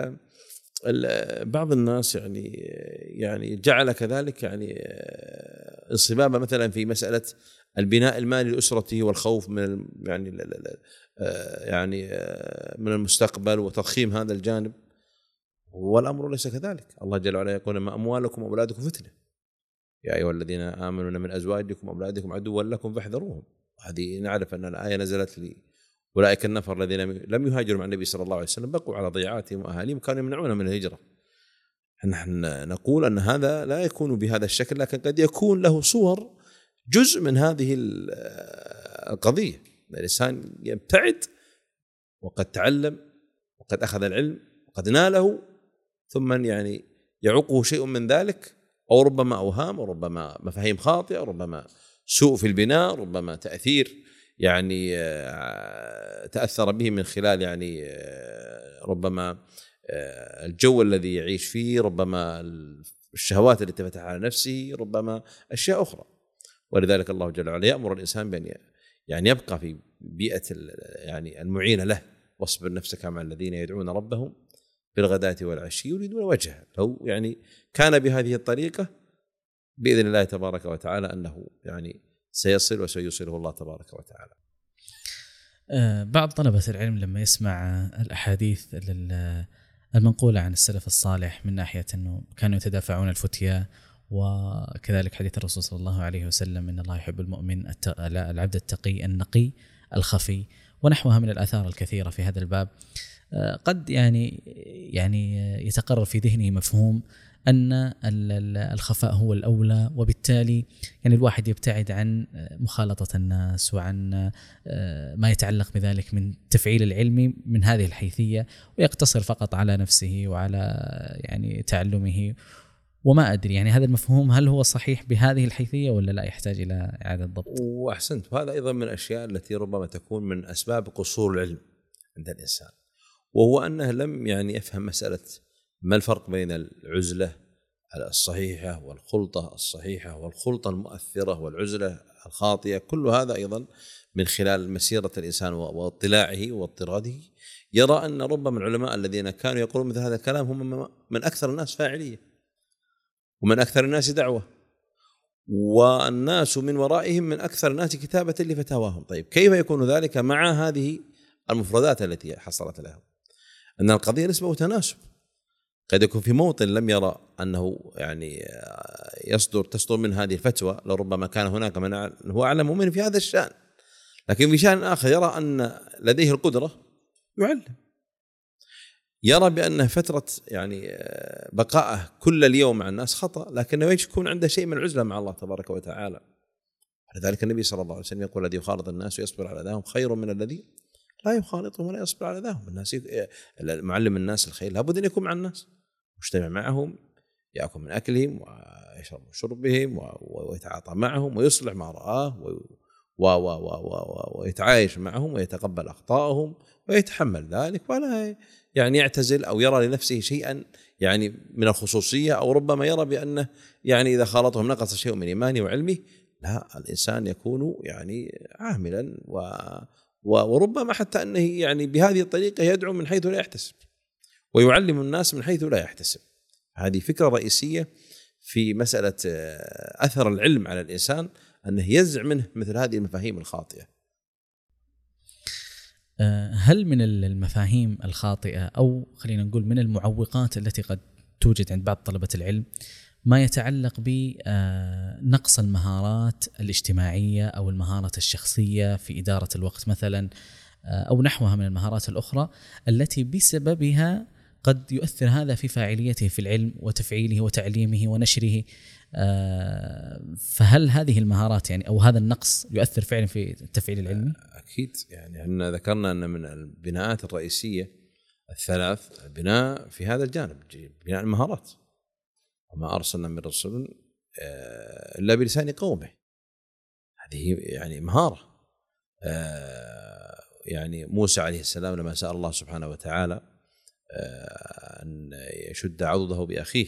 بعض الناس يعني يعني جعل كذلك يعني انصبابه مثلا في مسألة البناء المالي لأسرته والخوف من يعني يعني من المستقبل وتضخيم هذا الجانب، والأمر ليس كذلك. الله جل وعلا يقول: ما أموالكم وأولادكم فتنة يا أيها الذين آمنوا من أزواجكم وأولادكم عدوا لكم فاحذروهم. هذه نعرف أن الآية نزلت لي أولئك النفر الذين لم يهاجروا مع النبي صلى الله عليه وسلم بقوا على ضيعاتهم وأهاليهم كانوا يمنعون من الهجرة. نحن نقول أن هذا لا يكون بهذا الشكل، لكن قد يكون له صور جزء من هذه القضية. الإنسان يبتعد وقد تعلم وقد أخذ العلم وقد ناله، ثم يعني يعوقه شيء من ذلك، أو ربما أوهام، وربما مفاهيم خاطئة، ربما سوء في البناء، ربما تأثير يعني تأثر به من خلال يعني ربما الجو الذي يعيش فيه، ربما الشهوات التي تفتح على نفسه، ربما أشياء أخرى. ولذلك الله جل وعلا يأمر الإنسان بأن يعني يبقى في بيئة يعني المعينة له: واصبر نفسك مع الذين يدعون ربهم بالغداة والعشي يريدون وجهه. لو يعني كان بهذه الطريقة بإذن الله تبارك وتعالى أنه يعني سيصل وسيوصله الله تبارك وتعالى. بعض طلبة العلم لما يسمع الأحاديث المنقولة عن السلف الصالح من ناحية أنه كانوا يتدافعون الفتية، وكذلك حديث الرسول صلى الله عليه وسلم إن الله يحب المؤمن العبد التقي النقي الخفي ونحوها من الآثار الكثيرة في هذا الباب، قد يعني يعني يتقرر في ذهنه مفهوم أن الخفاء هو الأولى، وبالتالي يعني الواحد يبتعد عن مخالطة الناس وعن ما يتعلق بذلك من تفعيل العلم من هذه الحيثية، ويقتصر فقط على نفسه وعلى يعني تعلمه. وما أدري يعني هذا المفهوم هل هو صحيح بهذه الحيثية ولا لا، يحتاج إلى إعادة ضبط. وأحسنت، وهذا أيضا من الأشياء التي ربما تكون من أسباب قصور العلم عند الإنسان، وهو أنه لم يعني يفهم مسألة ما الفرق بين العزلة الصحيحة والخلطة الصحيحة والخلطة المؤثرة والعزلة الخاطئة. كل هذا أيضا من خلال مسيرة الإنسان واطلاعه واضطراده يرى أن ربما العلماء الذين كانوا يقولون مثل هذا الكلام هم من أكثر الناس فاعلية ومن أكثر الناس دعوة، والناس من ورائهم من أكثر الناس كتابة لفتاواهم. طيب كيف يكون ذلك مع هذه المفردات التي حصلت لهم؟ أن القضية نسبة وتناسب. قد يكون في موطن لم يرى أنه يعني يصدر تصدر من هذه الفتوى، لربما كان هناك من هو أعلم منه في هذا الشأن، لكن في شأن آخر يرى أن لديه القدرة يعلم، يرى بأن فترة يعني بقائه كل اليوم مع الناس خطأ، لكنه يكون عنده شيء من العزلة مع الله تبارك وتعالى. لذلك النبي صلى الله عليه وسلم يقول: الذي يخالط الناس ويصبر على أذاهم خير من الذي لا يخالطهم ولا يصبر على أذاهم. الناس معلم الناس الخير لابد أن يكون مع الناس، مجتمع معهم، يأكل من أكلهم ويشرب من شربهم ويتعاطى معهم ويصلح ما رآه ويتعايش معهم ويتقبل أخطائهم ويتحمل ذلك، ولا يعني يعتزل أو يرى لنفسه شيئا يعني من الخصوصية، أو ربما يرى بأنه يعني إذا خالطهم نقص شيء من إيمانه وعلمه. لا، الإنسان يكون يعني عاملا و وربما حتى أنه يعني بهذه الطريقة يدعو من حيث لا يحتسب ويعلم الناس من حيث لا يحتسب. هذه فكرة رئيسية في مسألة أثر العلم على الإنسان، أنه يزع منه مثل هذه المفاهيم الخاطئة. هل من المفاهيم الخاطئة أو خلينا نقول من المعوقات التي قد توجد عند بعض طلبة العلم ما يتعلق بنقص المهارات الاجتماعية أو المهارات الشخصية في إدارة الوقت مثلا، أو نحوها من المهارات الأخرى التي بسببها قد يؤثر هذا في فاعليته في العلم وتفعيله وتعليمه ونشره؟ فهل هذه المهارات يعني أو هذا النقص يؤثر فعلا في التفعيل العلمي؟ أكيد، يعني أن ذكرنا أن من البناءات الرئيسية الثلاث البناء في هذا الجانب، بناء المهارات. وما أرسلنا من رسول إلا بلسان قومه، هذه يعني مهارة. يعني موسى عليه السلام لما سأل الله سبحانه وتعالى أن يشد عضده بأخيه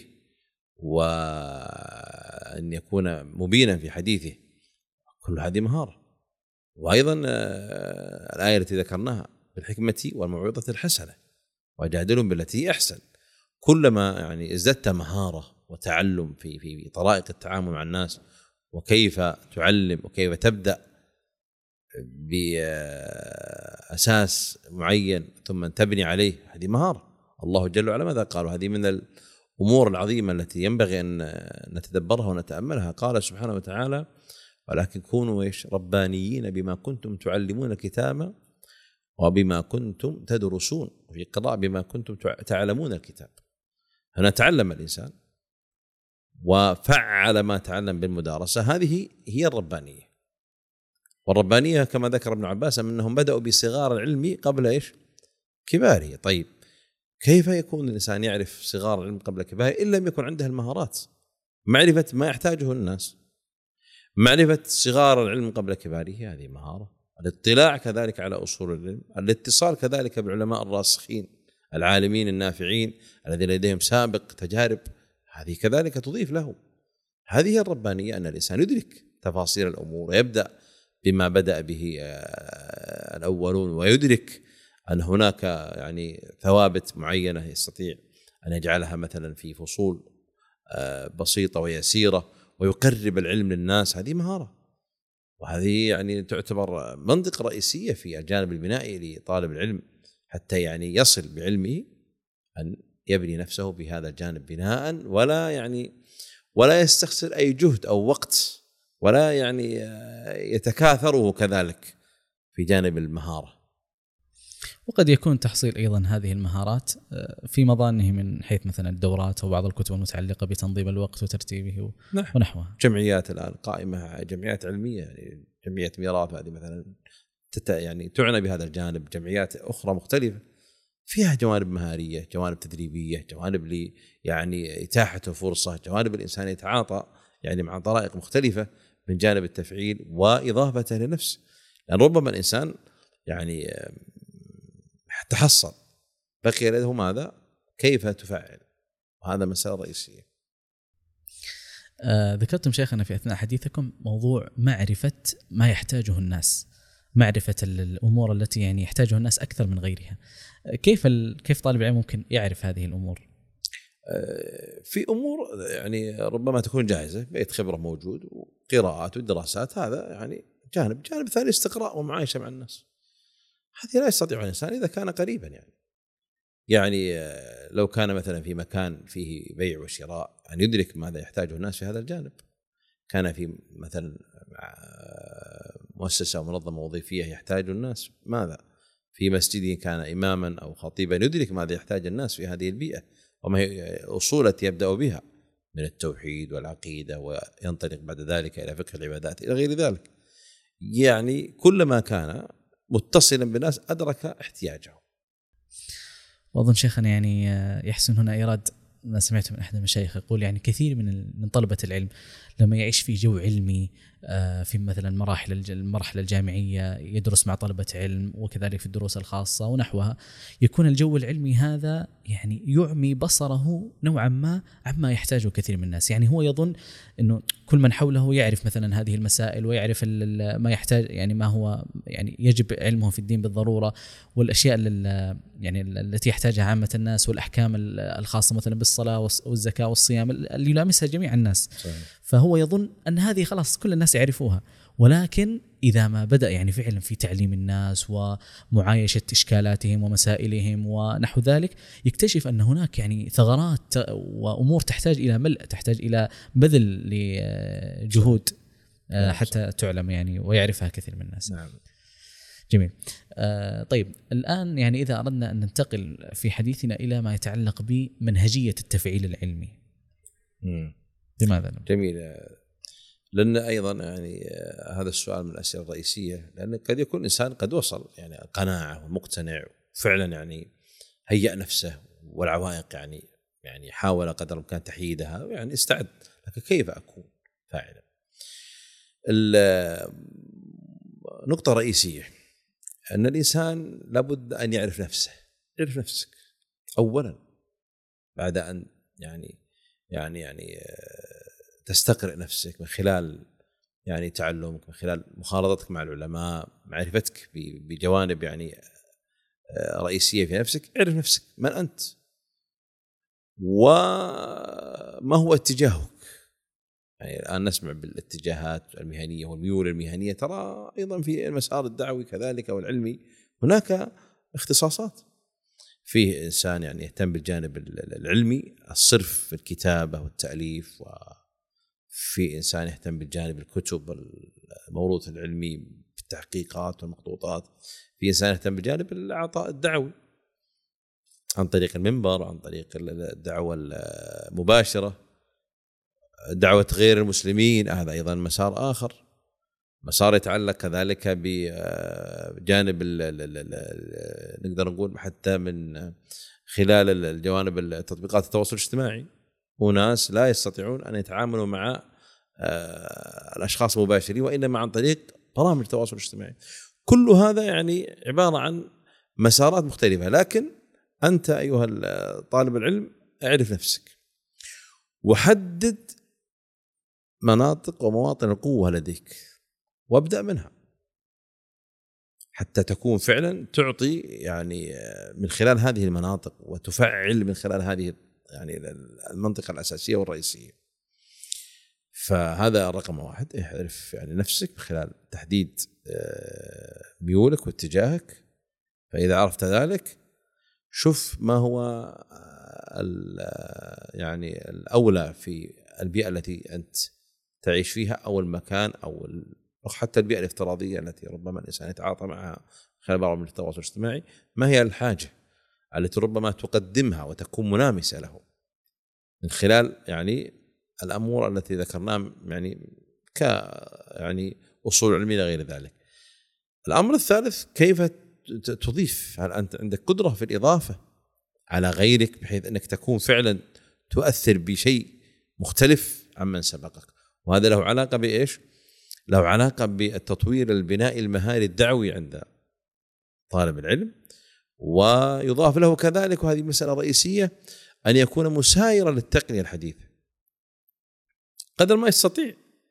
وأن يكون مبينا في حديثه، كل هذه مهارة. وأيضا الآية التي ذكرناها بالحكمة والموعظة الحسنة وجادلهم بالتي أحسن. كلما يعني ازددت مهارة وتعلم في في طرائق التعامل مع الناس وكيف تعلم وكيف تبدأ بأساس معين ثم تبني عليه، هذه مهارة. الله جل وعلا ماذا قال؟ هذه من الأمور العظيمة التي ينبغي أن نتدبرها ونتأملها. قال سبحانه وتعالى: ولكن كونوا ربانيين بما كنتم تعلمون الكتاب وبما كنتم تدرسون، وفي قراءة بما كنتم تعلمون الكتاب. هنا تعلم الإنسان وفعل ما تعلم بالمدارسة، هذه هي الربانية. والربانية كما ذكر ابن عباس أنهم بدأوا بصغار العلم قبل إيش؟ كباره. طيب كيف يكون الإنسان يعرف صغار العلم قبل كباره إن لم يكن عنده المهارات؟ معرفة ما يحتاجه الناس، معرفة صغار العلم قبل كباره، هذه مهارة. الاطلاع كذلك على أصول العلم، الاتصال كذلك بالعلماء الراسخين العالمين النافعين الذين لديهم سابق تجارب، هذه كذلك تضيف له. هذه هي الربانية، أن الإنسان يدرك تفاصيل الأمور ويبدأ بما بدأ به الأولون، ويدرك أن هناك يعني ثوابت معينة يستطيع أن يجعلها مثلا في فصول بسيطة ويسيرة ويقرب العلم للناس، هذه مهارة. وهذه يعني تعتبر منطقة رئيسية في الجانب البنائي لطالب العلم حتى يعني يصل بعلمه أن يبني نفسه بهذا الجانب بناء، ولا يعني ولا يستخسر أي جهد أو وقت، ولا يعني يتكاثره كذلك في جانب المهارة. وقد يكون تحصيل أيضا هذه المهارات في مظانه من حيث مثلا الدورات أو بعض الكتب المتعلقة بتنظيم الوقت وترتيبه ونحوها. جمعيات الآن قائمة جمعيات علمية، يعني جمعية ميراث هذه مثلا يعني تعنى بهذا الجانب، جمعيات أخرى مختلفة فيها جوانب مهارية، جوانب تدريبية، جوانب لي يعني إتاحة فرصة، جوانب الإنسان يتعاطى يعني مع طرائق مختلفة من جانب التفعيل وإضافته لنفسه. لأن يعني ربما الإنسان يعني تحصل بقي له ماذا كيف تفعل، وهذا مسألة رئيسية. آه ذكرتم شيخنا في أثناء حديثكم موضوع معرفة ما يحتاجه الناس، معرفة الأمور التي يعني يحتاجها الناس أكثر من غيرها. كيف كيف طالب العلم ممكن يعرف هذه الأمور؟ في أمور يعني ربما تكون جاهزة، بيت خبرة موجود وقراءات ودراسات، هذا يعني جانب. جانب ثاني استقراء ومعايشة مع الناس، هذه لا يستطيع الإنسان إذا كان قريبا. يعني يعني لو كان مثلا في مكان فيه بيع وشراء أن يدرك ماذا يحتاجه الناس في هذا الجانب. كان في مثلا مؤسسة أو منظمة وظيفية يحتاج الناس ماذا، في مسجد كان إماما أو خطيبا يدرك ماذا يحتاج الناس في هذه البيئة، وما هي أصول يبدأ بها من التوحيد والعقيدة، وينطلق بعد ذلك إلى فقه العبادات إلى غير ذلك. يعني كلما كان متصلا بالناس أدرك احتياجهم. وأظن شيخنا يعني يحسن هنا إيراد ما سمعت من أحد المشايخ يقول يعني كثير من من طلبة العلم لما يعيش في جو علمي في مثلا مراحل المرحلة الجامعية، يدرس مع طلبة علم وكذلك في الدروس الخاصة ونحوها، يكون الجو العلمي هذا يعني يعمي بصره نوعا ما عما يحتاجه كثير من الناس. يعني هو يظن إنه كل من حوله يعرف مثلا هذه المسائل ويعرف ما يحتاج، يعني ما هو يعني يجب علمه في الدين بالضرورة، والأشياء يعني التي يحتاجها عامة الناس، والأحكام الخاصة مثلا بالصلاة والزكاة والصيام اللي يلامسها جميع الناس. صحيح. فهو يظن أن هذه خلاص كل الناس يعرفوها، ولكن إذا ما بدأ يعني فعلا في تعليم الناس ومعايشة إشكالاتهم ومسائلهم ونحو ذلك، يكتشف أن هناك يعني ثغرات وأمور تحتاج إلى ملء، تحتاج إلى بذل لجهود حتى تعلم يعني ويعرفها كثير من الناس. نعم. جميل. آه طيب الآن يعني إذا أردنا أن ننتقل في حديثنا إلى ما يتعلق بمنهجية التفعيل العلمي. مم. لماذا؟ جميل. لأن أيضا يعني هذا السؤال من الأسئلة الرئيسية، لأن قد يكون الإنسان قد وصل يعني قناعة ومقتنع فعلا، يعني هيأ نفسه والعوائق يعني يعني حاول قدر الإمكان تحييدها، يعني استعد، لكن كيف أكون فاعلا؟ النقطة الرئيسية أن الإنسان لابد أن يعرف نفسه. يعرف نفسك أولا بعد أن يعني يعني يعني تستقرئ نفسك من خلال يعني تعلمك، من خلال مخالطتك مع العلماء، معرفتك بجوانب يعني رئيسية في نفسك. اعرف نفسك، من أنت وما هو اتجاهك. يعني الآن نسمع بالاتجاهات المهنية والميول المهنية، ترى أيضا في المسار الدعوي كذلك والعلمي هناك اختصاصات. فيه إنسان يعني يهتم بالجانب العلمي الصرف في الكتابة والتأليف، وفي إنسان يهتم بالجانب الكتب الموروث العلمي بالتحقيقات والمخطوطات، في إنسان يهتم بالجانب العطاء الدعوي عن طريق المنبر، عن طريق الدعوة المباشرة، دعوة غير المسلمين، هذا أيضا مسار آخر. مسار يتعلق كذلك بجانب نقدر نقول حتى من خلال الجوانب التطبيقات التواصل الاجتماعي، وناس لا يستطيعون أن يتعاملوا مع الأشخاص مباشرين، وإنما عن طريق برامج التواصل الاجتماعي. كل هذا يعني عبارة عن مسارات مختلفة. لكن أنت أيها طالب العلم اعرف نفسك وحدد مناطق ومواطن القوة لديك، وابدأ منها حتى تكون فعلا تعطي يعني من خلال هذه المناطق، وتفعل من خلال هذه يعني المنطقة الأساسية والرئيسية. فهذا رقم واحد، اعرف يعني نفسك من خلال تحديد ميولك واتجاهك. فإذا عرفت ذلك شوف ما هو يعني الأولى في البيئة التي أنت تعيش فيها، أو المكان أو أو حتى البيئة الافتراضية التي ربما الإنسان يتعاطى معها خلال برامج التواصل الاجتماعي، ما هي الحاجة التي ربما تقدمها وتكون ملامسة له من خلال يعني الأمور التي ذكرناها يعني ك يعني أصول علمية غير ذلك. الأمر الثالث كيف تضيف، هل أنت عندك قدرة في الإضافة على غيرك بحيث أنك تكون فعلا تؤثر بشيء مختلف عمن سبقك، وهذا له علاقة بإيش؟ له علاقة بالتطوير البناء المهاري الدعوي عند طالب العلم، ويضاف له كذلك، وهذه مسألة رئيسية، أن يكون مسايرا للتقنية الحديثة قدر ما يستطيع.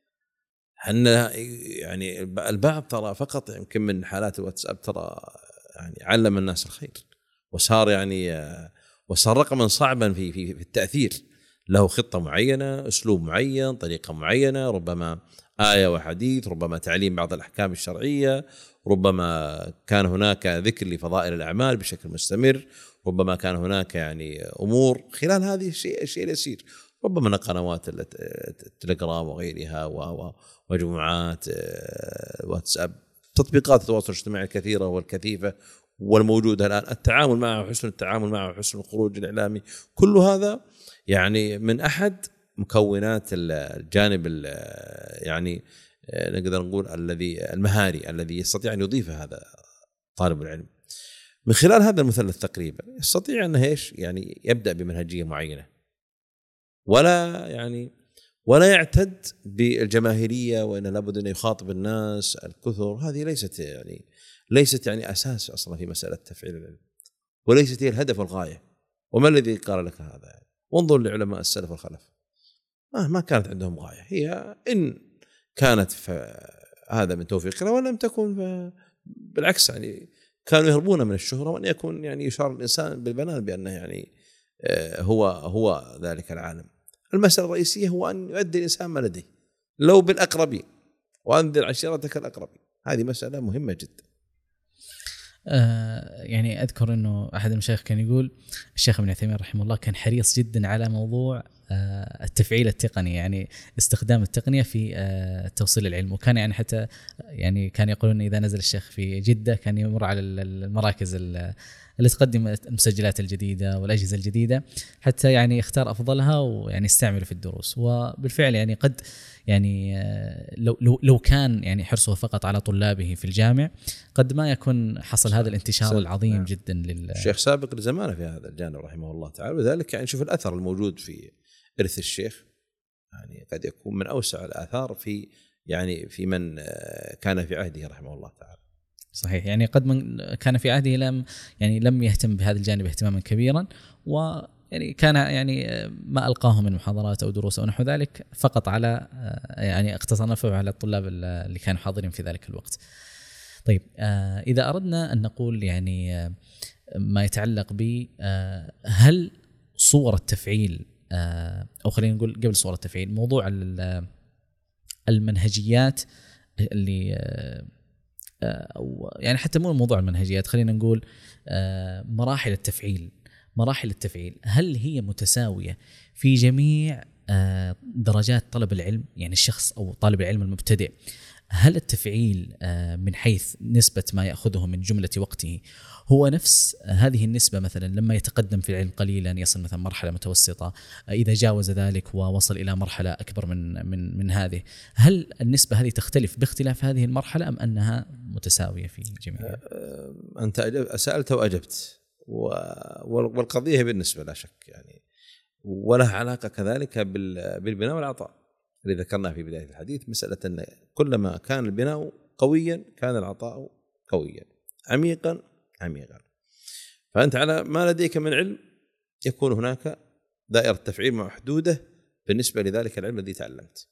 أن يعني البعض ترى فقط يمكن من حالات الواتساب ترى يعني علم الناس الخير، وصار يعني وصار رقما صعبا في في في التأثير، له خطة معينة، أسلوب معين، طريقة معينة، ربما آية وحديث، ربما تعليم بعض الأحكام الشرعية، ربما كان هناك ذكر لفضائل الأعمال بشكل مستمر، ربما كان هناك يعني أمور خلال هذه الشيء الشيء يسير، ربما من قنوات التليجرام وغيرها ومجموعات واتساب، تطبيقات التواصل الاجتماعي الكثيرة والكثيفة والموجودة الآن، التعامل معه، حسن التعامل معه، حسن الخروج الإعلامي، كل هذا يعني من أحد مكونات الجانب يعني نقدر نقول الذي المهاري الذي يستطيع أن يضيف هذا طالب العلم. من خلال هذا المثلث تقريبا يستطيع أنه إيش يعني يبدأ بمنهجية معينة، ولا يعني ولا يعتد بالجماهيرية وأن لابد أن يخاطب الناس الكثر. هذه ليست يعني ليست يعني أساس أصلا في مسألة تفعيل العلم، وليست هي الهدف والغاية. وما الذي قال لك هذا؟ يعني وانظر لعلماء السلف والخلف، ما ما كانت عندهم غاية، هي إن كانت هذا من توفيق الله، ولم تكن بالعكس يعني كانوا يهربون من الشهرة، وأن يكون يعني يشار الإنسان بالبنان بأنه يعني هو هو ذلك العالم. المسألة الرئيسية هو أن يؤدي الإنسان ما لديه لو بالأقربين، وأنذر عشيرتك الأقربين. هذه مسألة مهمة جدا. آه يعني أذكر أنه أحد المشايخ كان يقول، الشيخ ابن عثيمين رحمه الله كان حريص جدا على موضوع آه التفعيل التقني، يعني استخدام التقنية في آه توصيل العلم. وكان يعني حتى يعني كان يقولون إذا نزل الشيخ في جدة كان يمر على المراكز اللي تقدم المسجلات الجديدة والأجهزة الجديدة حتى يعني يختار أفضلها ويعني يستعمله في الدروس. وبالفعل يعني قد يعني لو لو لو كان يعني حرصه فقط على طلابه في الجامع قد ما يكون حصل هذا الانتشار العظيم نعم. جدا لل الشيخ سابق لزمانه في هذا الجانب رحمه الله تعالى، وذلك يعني شوف الأثر الموجود في إرث الشيخ، يعني قد يكون من أوسع الآثار في يعني في من كان في عهده رحمه الله تعالى. صحيح، يعني قد من كان في عهده لم يعني لم يهتم بهذا الجانب اهتماما كبيرا، و يعني كان يعني ما ألقاه من محاضرات أو دروس أو نحو ذلك فقط على يعني اقتصر نفسه على الطلاب اللي كانوا حاضرين في ذلك الوقت. طيب إذا أردنا أن نقول يعني ما يتعلق ب هل صور التفعيل أو خلينا نقول قبل صور التفعيل موضوع المنهجيات اللي أو يعني حتى مو موضوع المنهجيات، خلينا نقول مراحل التفعيل مراحل التفعيل هل هي متساوية في جميع درجات طلب العلم؟ يعني الشخص أو طالب العلم المبتدئ هل التفعيل من حيث نسبة ما يأخذه من جملة وقته هو نفس هذه النسبة مثلا لما يتقدم في العلم قليلا يصل مثلا مرحلة متوسطة، إذا جاوز ذلك ووصل إلى مرحلة أكبر من من من هذه، هل النسبة هذه تختلف باختلاف هذه المرحلة أم أنها متساوية في جميع؟ أنت سألت وأجبت، والقضية بالنسبة لا شك يعني ولها علاقة كذلك بالبناء والعطاء اللي ذكرناه في بداية الحديث، مسألة أن كلما كان البناء قويا كان العطاء قويا، عميقا عميقا. فأنت على ما لديك من علم يكون هناك دائرة تفعيل محدودة بالنسبة لذلك العلم الذي تعلمت،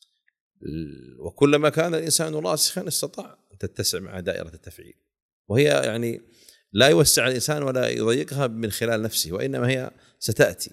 وكلما كان الإنسان راسخا استطاع أن تتسع مع دائرة التفعيل، وهي يعني لا يوسع الإنسان ولا يضيقها من خلال نفسه، وإنما هي ستأتي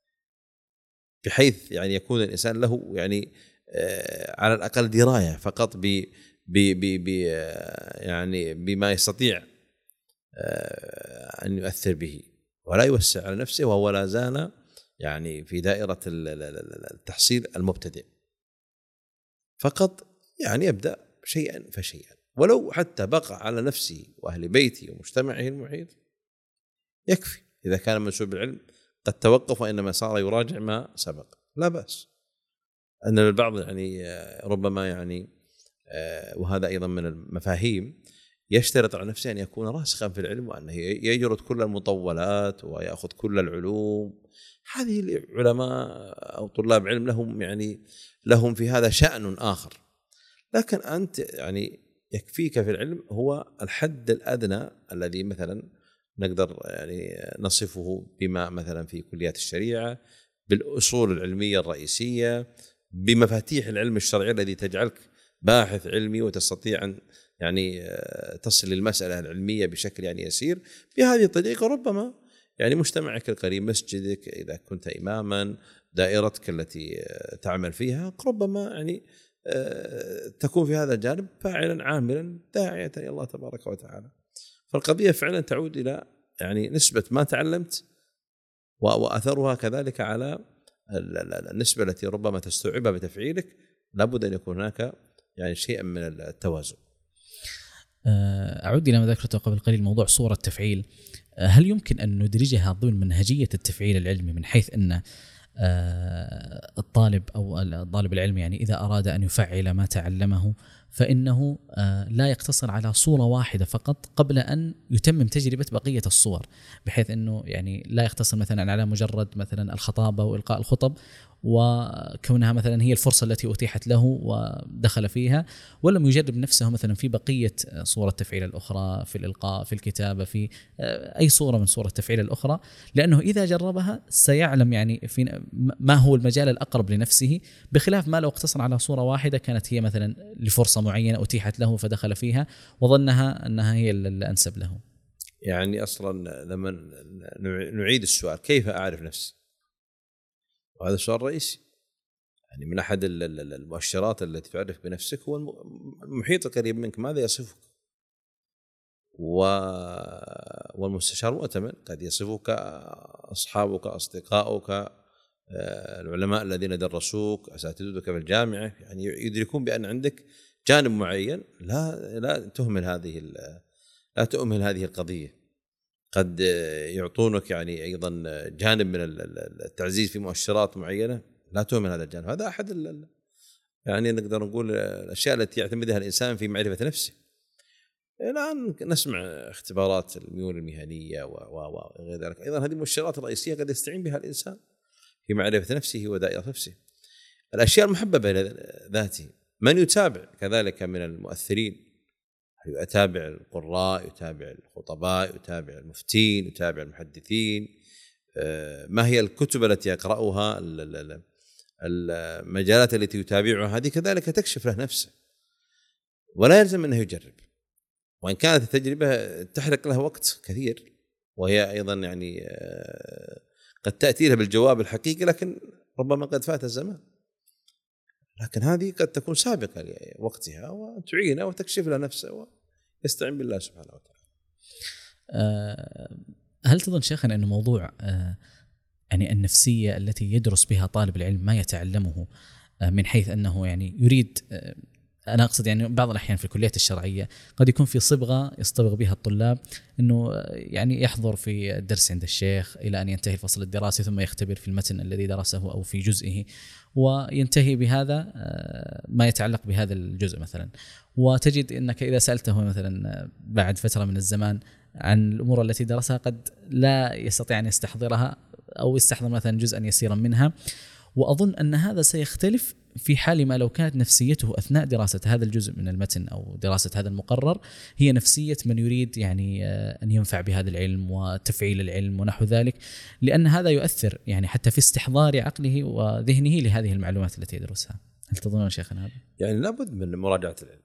بحيث يعني يكون الإنسان له يعني آه على الأقل دراية فقط ب ب ب يعني بما يستطيع آه أن يؤثر به، ولا يوسع على نفسه، وهو لا زال يعني في دائرة التحصيل المبتدئ فقط، يعني يبدأ شيئا فشيئا، ولو حتى بقى على نفسه وأهل بيته ومجتمعه المحيط يكفي. إذا كان منسوب العلم قد توقف وإنما صار يراجع ما سبق لا بأس. أن البعض يعني ربما يعني وهذا أيضا من المفاهيم يشترط على نفسه أن يكون راسخا في العلم وأنه يجرد كل المطولات ويأخذ كل العلوم. هذه العلماء أو طلاب علم لهم يعني لهم في هذا شأن آخر، لكن أنت يعني يكفيك في العلم هو الحد الأدنى الذي مثلا نقدر يعني نصفه بما مثلا في كليات الشريعة بالأصول العلمية الرئيسية، بمفاتيح العلم الشرعي الذي تجعلك باحث علمي وتستطيع أن يعني تصل للمسألة العلمية بشكل يعني يسير. بهذه الطريقة ربما يعني مجتمعك القريب، مسجدك إذا كنت إماما، دائرتك التي تعمل فيها، ربما يعني تكون في هذا الجانب فاعلا عاملا داعية إلى الله تبارك وتعالى. فالقضية فعلا تعود إلى يعني نسبة ما تعلمت وأثرها كذلك على النسبة التي ربما تستوعبها بتفعيلك. لابد أن يكون هناك يعني شيء من التوازن. أعود إلى ما ذكرته قبل قليل، موضوع صورة التفعيل، هل يمكن أن ندرجها ضمن منهجية التفعيل العلمي، من حيث أن الطالب أو الطالب العلمي يعني إذا أراد أن يفعل ما تعلمه فإنه لا يقتصر على صورة واحدة فقط قبل أن يتمم تجربة بقية الصور، بحيث أنه يعني لا يقتصر مثلا على مجرد مثلا الخطابة وإلقاء الخطب وكونها مثلا هي الفرصة التي أتيحت له ودخل فيها، ولم يجرب نفسه مثلا في بقية صورة التفعيل الأخرى، في الإلقاء، في الكتابة، في أي صورة من صورة التفعيل الأخرى، لأنه إذا جربها سيعلم يعني في ما هو المجال الأقرب لنفسه، بخلاف ما لو اقتصر على صورة واحدة كانت هي مثلا لفرصة معينة أتيحت له فدخل فيها وظنها أنها هي الأنسب له. يعني أصلا لما نعيد السؤال كيف أعرف نفسي، وهذا السؤال رئيسي. يعني من أحد المؤشرات التي تعرف بنفسك هو المحيط القريب منك ماذا يصفك، والمستشار مؤتمن قد يصفك أصحابك، أصدقائك، العلماء الذين درسوك، أساتذتك في الجامعة، يعني يدركون بأن عندك جانب معين لا لا تهمل هذه لا تهمل هذه القضية. قد يعطونك يعني أيضا جانب من التعزيز في مؤشرات معينة لا تهمل هذا الجانب. هذا أحد يعني نقدر نقول الأشياء التي يعتمدها الإنسان في معرفة نفسه. الآن نسمع اختبارات الميول المهنية وغير ذلك، أيضا هذه المؤشرات الرئيسية قد يستعين بها الإنسان في معرفة نفسه ودائرة نفسه. الأشياء المحببة إلى ذاته، من يتابع كذلك من المؤثرين، يتابع القراء، يتابع الخطباء، يتابع المفتين، يتابع المحدثين، ما هي الكتب التي يقرأها، المجالات التي يتابعها، هذه كذلك تكشف له نفسه، ولا يلزم أنه يجرب. وإن كانت التجربة تحرق له وقت كثير وهي أيضا يعني قد تأتي له بالجواب الحقيقي، لكن ربما قد فات الزمان، لكن هذه قد تكون سابقة لوقتها وتعينه وتكشف له نفسه ويستعين بالله سبحانه وتعالى. هل تظن شيخنا أن موضوع يعني النفسية التي يدرس بها طالب العلم ما يتعلمه، من حيث أنه يعني يريد، أنا أقصد يعني بعض الأحيان في الكليات الشرعية قد يكون في صبغة يصطبغ بها الطلاب، أنه يعني يحضر في الدرس عند الشيخ إلى أن ينتهي الفصل الدراسي ثم يختبر في المتن الذي درسه أو في جزئه وينتهي بهذا ما يتعلق بهذا الجزء مثلا، وتجد أنك إذا سألته مثلا بعد فترة من الزمان عن الأمور التي درسها قد لا يستطيع أن يستحضرها أو يستحضر مثلا جزءا يسيرا منها. وأظن أن هذا سيختلف في حال ما لو كانت نفسيته أثناء دراسة هذا الجزء من المتن أو دراسة هذا المقرر هي نفسية من يريد يعني أن ينفع بهذا العلم وتفعيل العلم ونحو ذلك، لأن هذا يؤثر يعني حتى في استحضار عقله وذهنه لهذه المعلومات التي يدرسها. هل تظنون شيخنا هذا؟ يعني لابد من مراجعة العلم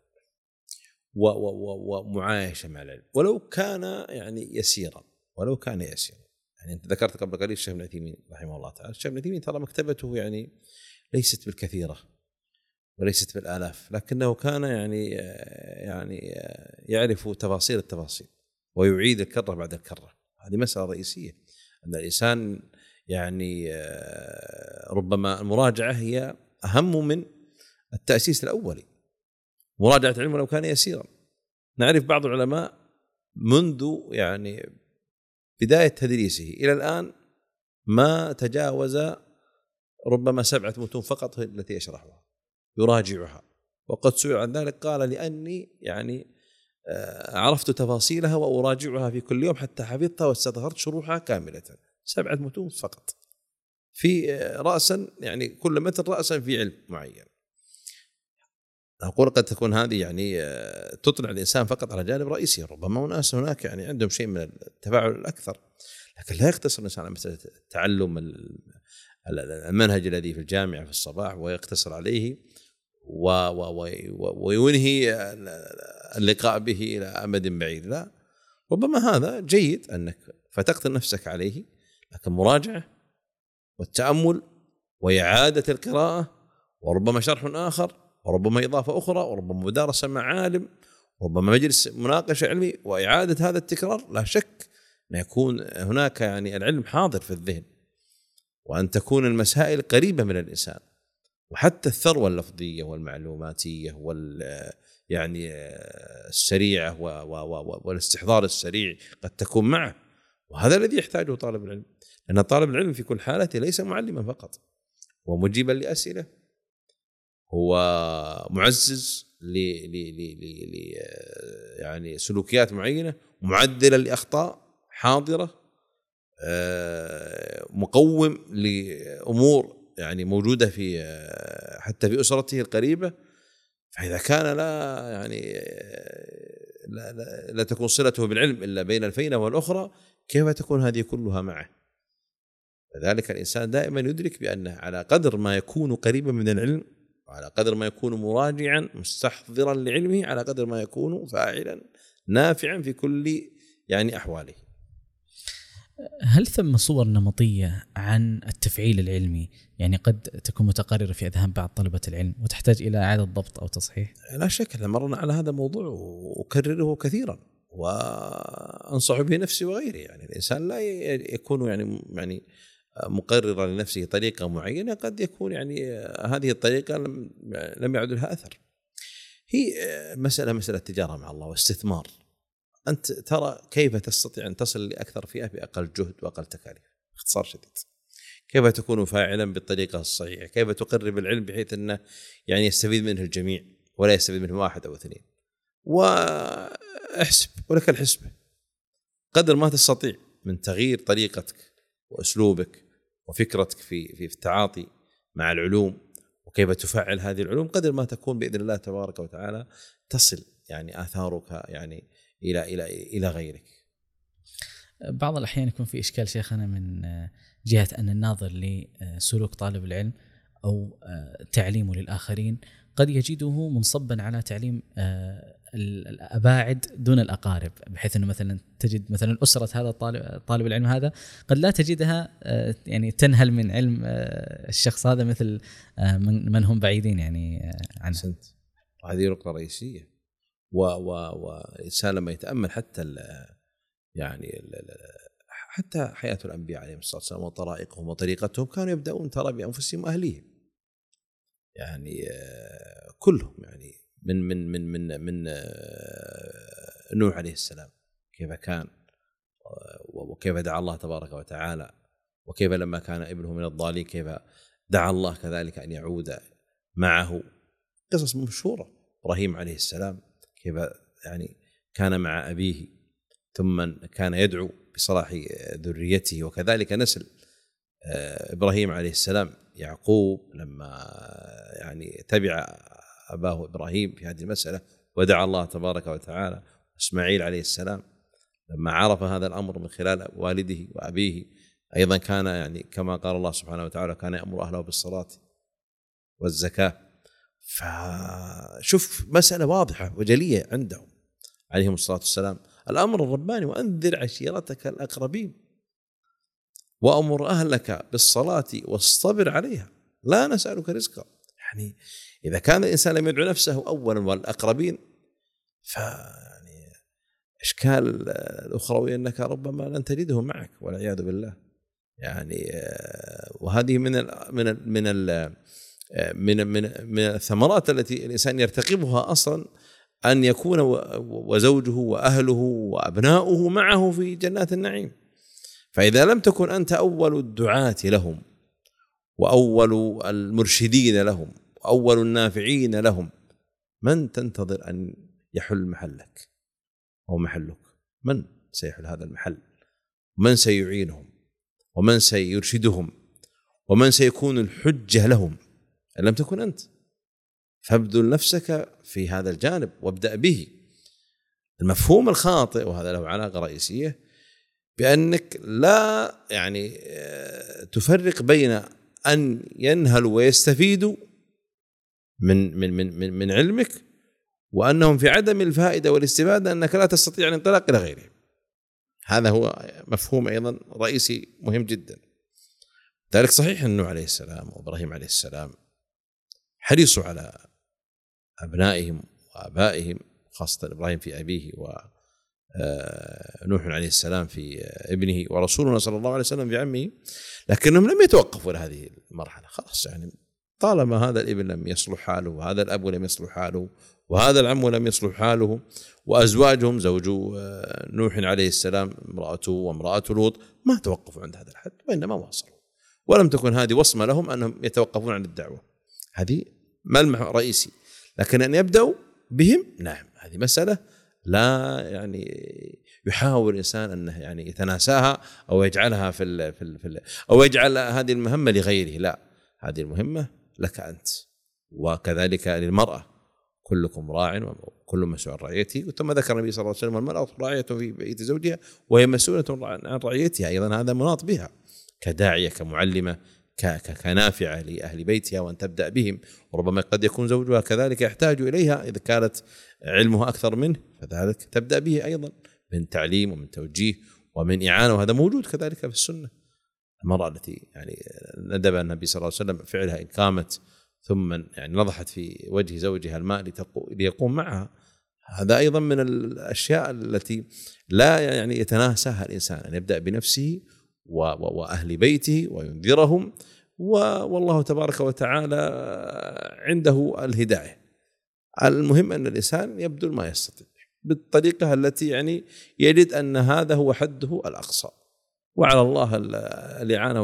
ومعايشة مع العلم ولو كان يعني يسيرا، ولو كان يسيرا. يعني أنت ذكرت قبل قليل الشيخ ابن عثيمين رحمه الله تعالى. الشيخ ابن عثيمين ترى مكتبته يعني ليست بالكثيرة وليست بالآلاف، لكنه كان يعني يعني يعرف تفاصيل التفاصيل ويعيد الكرة بعد الكرة. هذه مسألة رئيسية، أن الإنسان يعني ربما المراجعة هي أهم من التأسيس الأولي، مراجعة العلم ولو كان يسيرا. نعرف بعض العلماء منذ يعني بداية تدريسه إلى الآن ما تجاوز ربما سبعة متون فقط التي يشرحها يراجعها، وقد سئل عن ذلك قال لأني يعني عرفت تفاصيلها وأراجعها في كل يوم حتى حفظتها واستظهرت شروحها كاملة. سبعة متون فقط في رأسا، يعني كل متن رأسا في علم معين. أقول قد تكون هذه يعني تطلع الإنسان فقط على جانب رئيسي، ربما ناس هناك يعني عندهم شيء من التفاعل الأكثر، لكن لا يقتصر الإنسان على مسألة التعلم المنهج الذي في الجامعة في الصباح ويقتصر عليه وينهي اللقاء به إلى أمد بعيد. لا، ربما هذا جيد أنك فتقت نفسك عليه، لكن مراجعة والتأمل وإعادة القراءة وربما شرح آخر وربما إضافة أخرى وربما مدارسة مع عالم وربما مجلس مناقشة علمي وإعادة هذا التكرار، لا شك أن يكون هناك يعني العلم حاضر في الذهن، وأن تكون المسائل قريبة من الإنسان، وحتى الثروة اللفظية والمعلوماتية وال يعني السريعة والاستحضار السريع قد تكون معه، وهذا الذي يحتاجه طالب العلم، لأن طالب العلم في كل حالة ليس معلما فقط ومجيبا لأسئلة، هو معزز ل يعني سلوكيات معينة، معدلا لأخطاء حاضرة، مقوم لأمور يعني موجودة في حتى في أسرته القريبة. فإذا كان لا يعني لا, لا, لا تكون صلته بالعلم إلا بين الفينة والأخرى، كيف تكون هذه كلها معه؟ لذلك الإنسان دائما يدرك بأنه على قدر ما يكون قريبا من العلم وعلى قدر ما يكون مراجعا مستحضرا لعلمه على قدر ما يكون فاعلا نافعا في كل يعني أحواله. هل ثم صور نمطية عن التفعيل العلمي يعني قد تكون متقررة في أذهان بعض طلبة العلم وتحتاج إلى إعادة ضبط أو تصحيح؟ لا شك، أنا مرنا على هذا الموضوع وأكرره كثيرا وأنصح به نفسي وغيري. يعني الإنسان لا يكون يعني يعني مقررا لنفسه طريقة معينة، قد يكون يعني هذه الطريقة لم يعد لها أثر. هي مسألة مسألة تجارة مع الله واستثمار. أنت ترى كيف تستطيع أن تصل لأكثر فئة بأقل جهد وأقل تكاليف، باختصار شديد. كيف تكون فاعلا بالطريقة الصحيحة، كيف تقرب العلم بحيث أنه يعني يستفيد منه الجميع ولا يستفيد منه واحد أو اثنين. واحسب ولك الحسبة قدر ما تستطيع من تغيير طريقتك وأسلوبك وفكرتك في في التعاطي مع العلوم وكيف تفعل هذه العلوم، قدر ما تكون بإذن الله تبارك وتعالى تصل يعني آثارك يعني إلى إلى إلى غيرك. بعض الأحيان يكون في إشكال شيخنا من جهة أن الناظر لسلوك طالب العلم أو تعليمه للآخرين قد يجده منصبا على تعليم الأباعد دون الأقارب، بحيث أنه مثلا تجد مثلا أسرة هذا الطالب طالب العلم هذا قد لا تجدها يعني تنهل من علم الشخص هذا مثل من هم بعيدين يعني عنه. هذه نقطة رئيسية. وإنسان لما يتأمل حتى ال يعني ال حتى حياة الأنبياء عليهم الصلاة والسلام وطرائقهم وطريقتهم، كانوا يبدأون ترى بأنفسهم وأهليهم، يعني كلهم، يعني من من من من من نوح عليه السلام كيف كان وكيف دعا الله تبارك وتعالى، وكيف لما كان ابنه من الضالين كيف دعا الله كذلك أن يعود معه. قصص مشهورة. إبراهيم عليه السلام كيف يعني كان مع أبيه ثم كان يدعو بصلاح ذريته، وكذلك نسل إبراهيم عليه السلام يعقوب لما يعني تبع أباه إبراهيم في هذه المسألة ودعا الله تبارك وتعالى. إسماعيل عليه السلام لما عرف هذا الأمر من خلال والده وأبيه أيضا كان يعني كما قال الله سبحانه وتعالى كان يأمر أهله بالصلاة والزكاة. فشوف مسألة واضحة وجلية عندهم عليهم الصلاة والسلام، الأمر الرباني وأنذر عشيرتك الأقربين وأمر أهلك بالصلاة واصطبر عليها لا نسألك رزقا. يعني إذا كان الإنسان لم يدعو نفسه أولا والأقربين، فيعني إشكال الأخروي أنك ربما لن تجده معك والعياذ بالله. يعني وهذه من ال من ال من ال من من من الثمرات التي الإنسان يرتقبها أصلا أن يكون وزوجه وأهله وأبناؤه معه في جنات النعيم. فإذا لم تكن أنت أول الدعاة لهم وأول المرشدين لهم وأول النافعين لهم، من تنتظر أن يحل محلك أو محلك؟ من سيحل هذا المحل؟ من سيعينهم؟ ومن سيرشدهم؟ ومن سيكون الحجة لهم إن لم تكن أنت؟ فابذل نفسك في هذا الجانب وابدأ به. المفهوم الخاطئ، وهذا له علاقة رئيسية، بأنك لا يعني تفرق بين أن ينهلوا ويستفيدوا من من من من علمك وأنهم في عدم الفائدة والاستفادة أنك لا تستطيع الانطلاق إلى غيره. هذا هو مفهوم أيضا رئيسي مهم جدا. ذلك صحيح أنه عليه السلام وإبراهيم عليه السلام حريصوا على أبنائهم وآبائهم، خاصة إبراهيم في أبيه ونوح عليه السلام في ابنه ورسولنا صلى الله عليه وسلم في عمه، لكنهم لم يتوقفوا لهذه المرحلة. خلاص يعني طالما هذا الابن لم يصلح حاله وهذا الأب لم يصلح حاله وهذا العم لم يصلح حاله وأزواجهم زوج نوح عليه السلام امرأته وامرأة لوط ما توقفوا عند هذا الحد، وإنما واصلوا، ولم تكن هذه وصمة لهم أنهم يتوقفون عن الدعوة. هذه ملمح رئيسي. لكن أن يبدأوا بهم، نعم، هذه مسألة لا يعني يحاول الإنسان أنه يعني يتناساها أو يجعلها في ال في ال في ال أو يجعل هذه المهمة لغيره. لا، هذه المهمة لك أنت، وكذلك للمرأة، كلكم راع وكل مسؤول عن رعيته. ثم ذكر النبي صلى الله عليه وسلم المرأة راعية في بيت زوجها وهي مسؤولة عن رعيتها، أيضا هذا مناط بها كداعية كمعلمة كنافعة لأهل بيتها، وأن تبدأ بهم. وربما قد يكون زوجها كذلك يحتاج إليها إذا كانت علمها أكثر منه، فذلك تبدأ به أيضا من تعليم ومن توجيه ومن إعانة، وهذا موجود كذلك في السنة. المرأة التي يعني ندب النبي صلى الله عليه وسلم فعلها إن قامت ثم يعني نضحت في وجه زوجها الماء ليقوم معها، هذا أيضا من الأشياء التي لا يعني يتناساها الإنسان، أن يبدأ بنفسه وأهل بيته وينذرهم، والله تبارك وتعالى عنده الهداية. المهم أن الإنسان يبذل ما يستطيع بالطريقة التي يعني يجد أن هذا هو حده الأقصى، وعلى الله الإعانة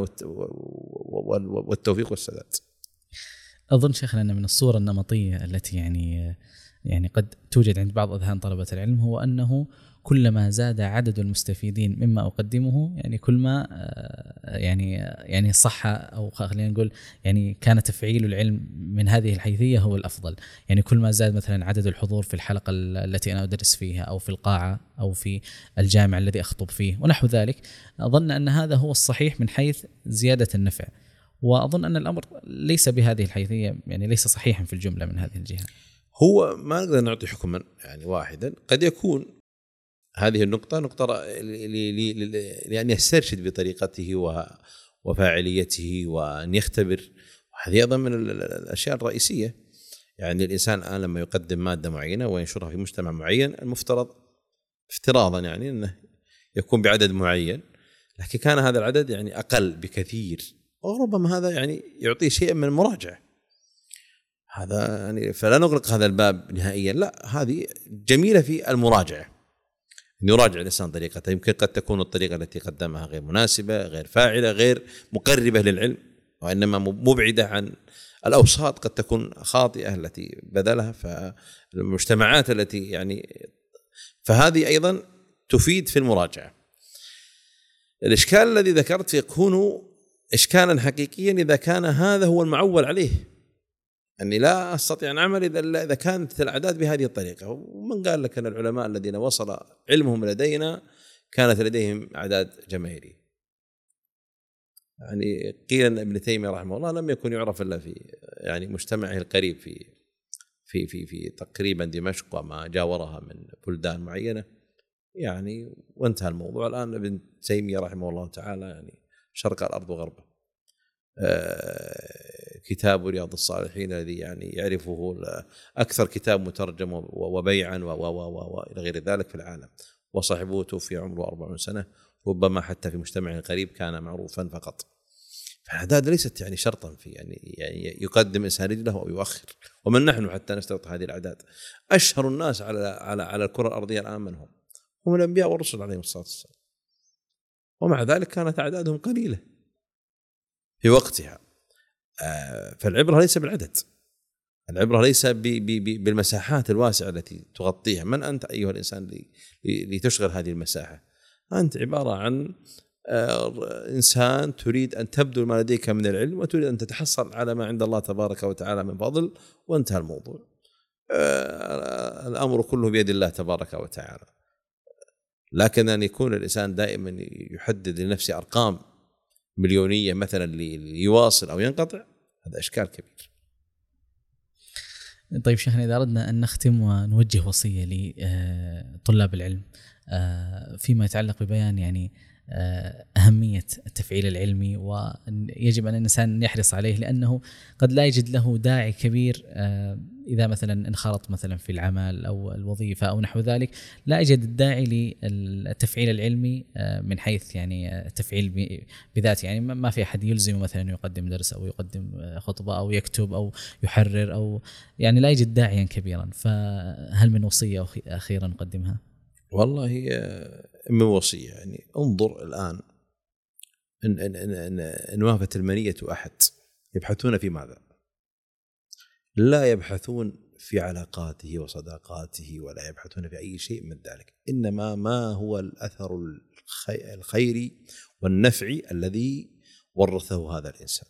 والتوفيق والسداد. أظن شيخنا أن من الصورة النمطية التي يعني يعني قد توجد عند بعض أذهان طلبة العلم هو أنه كلما زاد عدد المستفيدين مما أقدمه يعني كل ما يعني يعني صح، أو خلينا نقول يعني كان تفعيل العلم من هذه الحيثية هو الأفضل. يعني كل ما زاد مثلا عدد الحضور في الحلقة التي أنا أدرس فيها أو في القاعة أو في الجامع الذي أخطب فيه ونحو ذلك، أظن أن هذا هو الصحيح من حيث زيادة النفع. وأظن أن الأمر ليس بهذه الحيثية، يعني ليس صحيحا في الجملة من هذه الجهة. هو ما نقدر نعطي حكما يعني واحدا، قد يكون هذه النقطة نقطة لأن يسترشد بطريقته وفاعليته وأن يختبر. هذه أيضا من الأشياء الرئيسية. يعني الإنسان الآن لما يقدم مادة معينة وينشرها في مجتمع معين، المفترض افتراضا يعني أنه يكون بعدد معين، لكن كان هذا العدد يعني أقل بكثير، وربما هذا يعني يعطيه شيء من المراجعة. هذا يعني فلا نغلق هذا الباب نهائيا، لا، هذه جميلة في المراجعة، أن يراجع الإنسان طريقته. يمكن قد تكون الطريقة التي قدمها غير مناسبة، غير فاعلة، غير مقربة للعلم، وإنما مبعدة عن الأوساط، قد تكون خاطئة التي بذلها. فالمجتمعات التي يعني فهذه أيضا تفيد في المراجعة. الإشكال الذي ذكرت يكون إشكالا حقيقيا إذا كان هذا هو المعول عليه، أني لا أستطيع أن أعمل إذا إذا كانت الأعداد بهذه الطريقة. ومن قال لك أن العلماء الذين وصل علمهم لدينا كانت لديهم أعداد جماهيرية؟ يعني قيل أن ابن تيمية رحمه الله لم يكن يعرف إلا في يعني مجتمعه القريب في في في في تقريبا دمشق وما جاورها من بلدان معينة يعني، وانتهى الموضوع. الآن ابن تيمية رحمه الله تعالى يعني شرق الأرض وغربه. آه كتاب رياض الصالحين الذي يعني يعرفه أكثر كتاب مترجم وبيعا وإلى غير ذلك في العالم، وصاحبه توفي عمره أربعون سنة، ربما حتى في مجتمع قريب كان معروفا فقط. فالأعداد ليست يعني شرطا في يعني, يعني يقدم إنسان رجله أو يؤخر. ومن نحن حتى نشترط هذه الأعداد؟ أشهر الناس على على على الكرة الأرضية الآن من هم؟ هم الأنبياء والرسل عليهم الصلاة والسلام، ومع ذلك كانت أعدادهم قليلة في وقتها. فالعبرة ليس بالعدد، العبرة ليس بالمساحات الواسعة التي تغطيها. من أنت أيها الإنسان لتشغل هذه المساحة؟ أنت عبارة عن إنسان تريد أن تبذل ما لديك من العلم وتريد أن تتحصل على ما عند الله تبارك وتعالى من فضل، وانتهى الموضوع. الأمر كله بيد الله تبارك وتعالى. لكن أن يكون الإنسان دائما يحدد لنفسه أرقام مليونية مثلا ليواصل أو ينقطع، هذا إشكال كبير. طيب شيخنا، إذا أردنا أن نختم ونوجه وصية لطلاب العلم فيما يتعلق ببيان يعني أهمية التفعيل العلمي، ويجب أن الإنسان يحرص عليه، لأنه قد لا يجد له داعي كبير إذا مثلا انخرط مثلا في العمل أو الوظيفة أو نحو ذلك، لا يجد الداعي للتفعيل العلمي من حيث يعني التفعيل بذاته. يعني ما في أحد يلزم مثلا يقدم درس أو يقدم خطبة أو يكتب أو يحرر، أو يعني لا يجد داعيا كبيرا. فهل من وصية أخيرا نقدمها؟ والله من وصية يعني انظر الآن إن, إن, إن, إن, إن وافت المنية أحد يبحثون في ماذا؟ لا يبحثون في علاقاته وصداقاته ولا يبحثون في أي شيء من ذلك، إنما ما هو الأثر الخيري والنفعي الذي ورثه هذا الإنسان.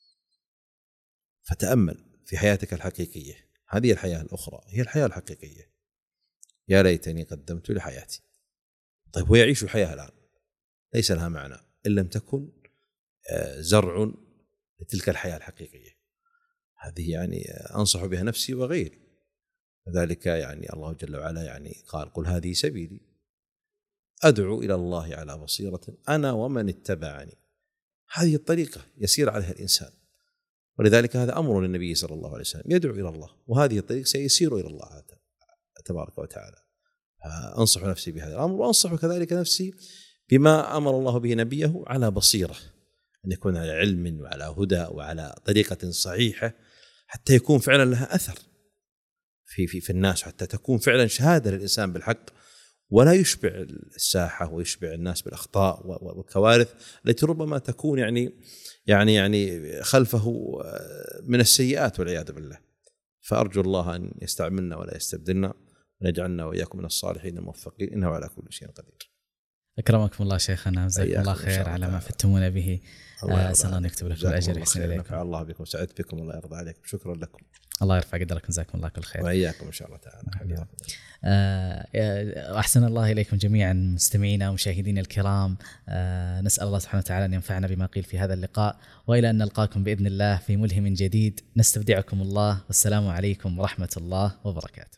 فتأمل في حياتك الحقيقية، هذه الحياة الأخرى هي الحياة الحقيقية. يا ليتني قدمت لحياتي. طيب هو يعيش الحياة الآن ليس لها معنى إن لم تكن زرع لتلك الحياة الحقيقية. هذه يعني أنصح بها نفسي وغيري. ذلك يعني الله جل وعلا يعني قال: قل هذه سبيلي أدعو إلى الله على بصيرة أنا ومن اتبعني. هذه الطريقة يسير عليها الإنسان، ولذلك هذا أمر للنبي صلى الله عليه وسلم، يدعو إلى الله، وهذه الطريقة سيسير إلى الله تبارك وتعالى. أنصح نفسي بهذا الأمر، وأنصح كذلك نفسي بما أمر الله به نبيه على بصيرة، أن يكون على علم وعلى هدى وعلى طريقة صحيحة، حتى يكون فعلا لها أثر في في في الناس، حتى تكون فعلا شهادة للإنسان بالحق، ولا يشبع الساحة ويشبع الناس بالأخطاء والكوارث التي ربما تكون يعني يعني يعني خلفه من السيئات والعياذ بالله. فأرجو الله أن يستعملنا ولا يستبدلنا، ونجعلنا وإياكم من الصالحين الموفقين، إنه على كل شيء قدير. أكرمكم الله شيخنا، جزاكم الله خير على ما فتمونا به. أسأل الله أن يكتب لكم الأجر ويحسن إليكم. نفع الله بكم، سعدت بكم، الله يرضى عليكم، شكرا لكم. الله يرفع قدركم، جزاكم الله كل خير. وإياكم إن شاء الله تعالى. أحسن الله إليكم جميعا مستمعينا ومشاهدينا الكرام. نسأل الله سبحانه وتعالى أن ينفعنا بما قيل في هذا اللقاء، وإلى أن نلقاكم بإذن الله في ملهم جديد. نستودعكم الله، والسلام عليكم ورحمة الله وبركاته.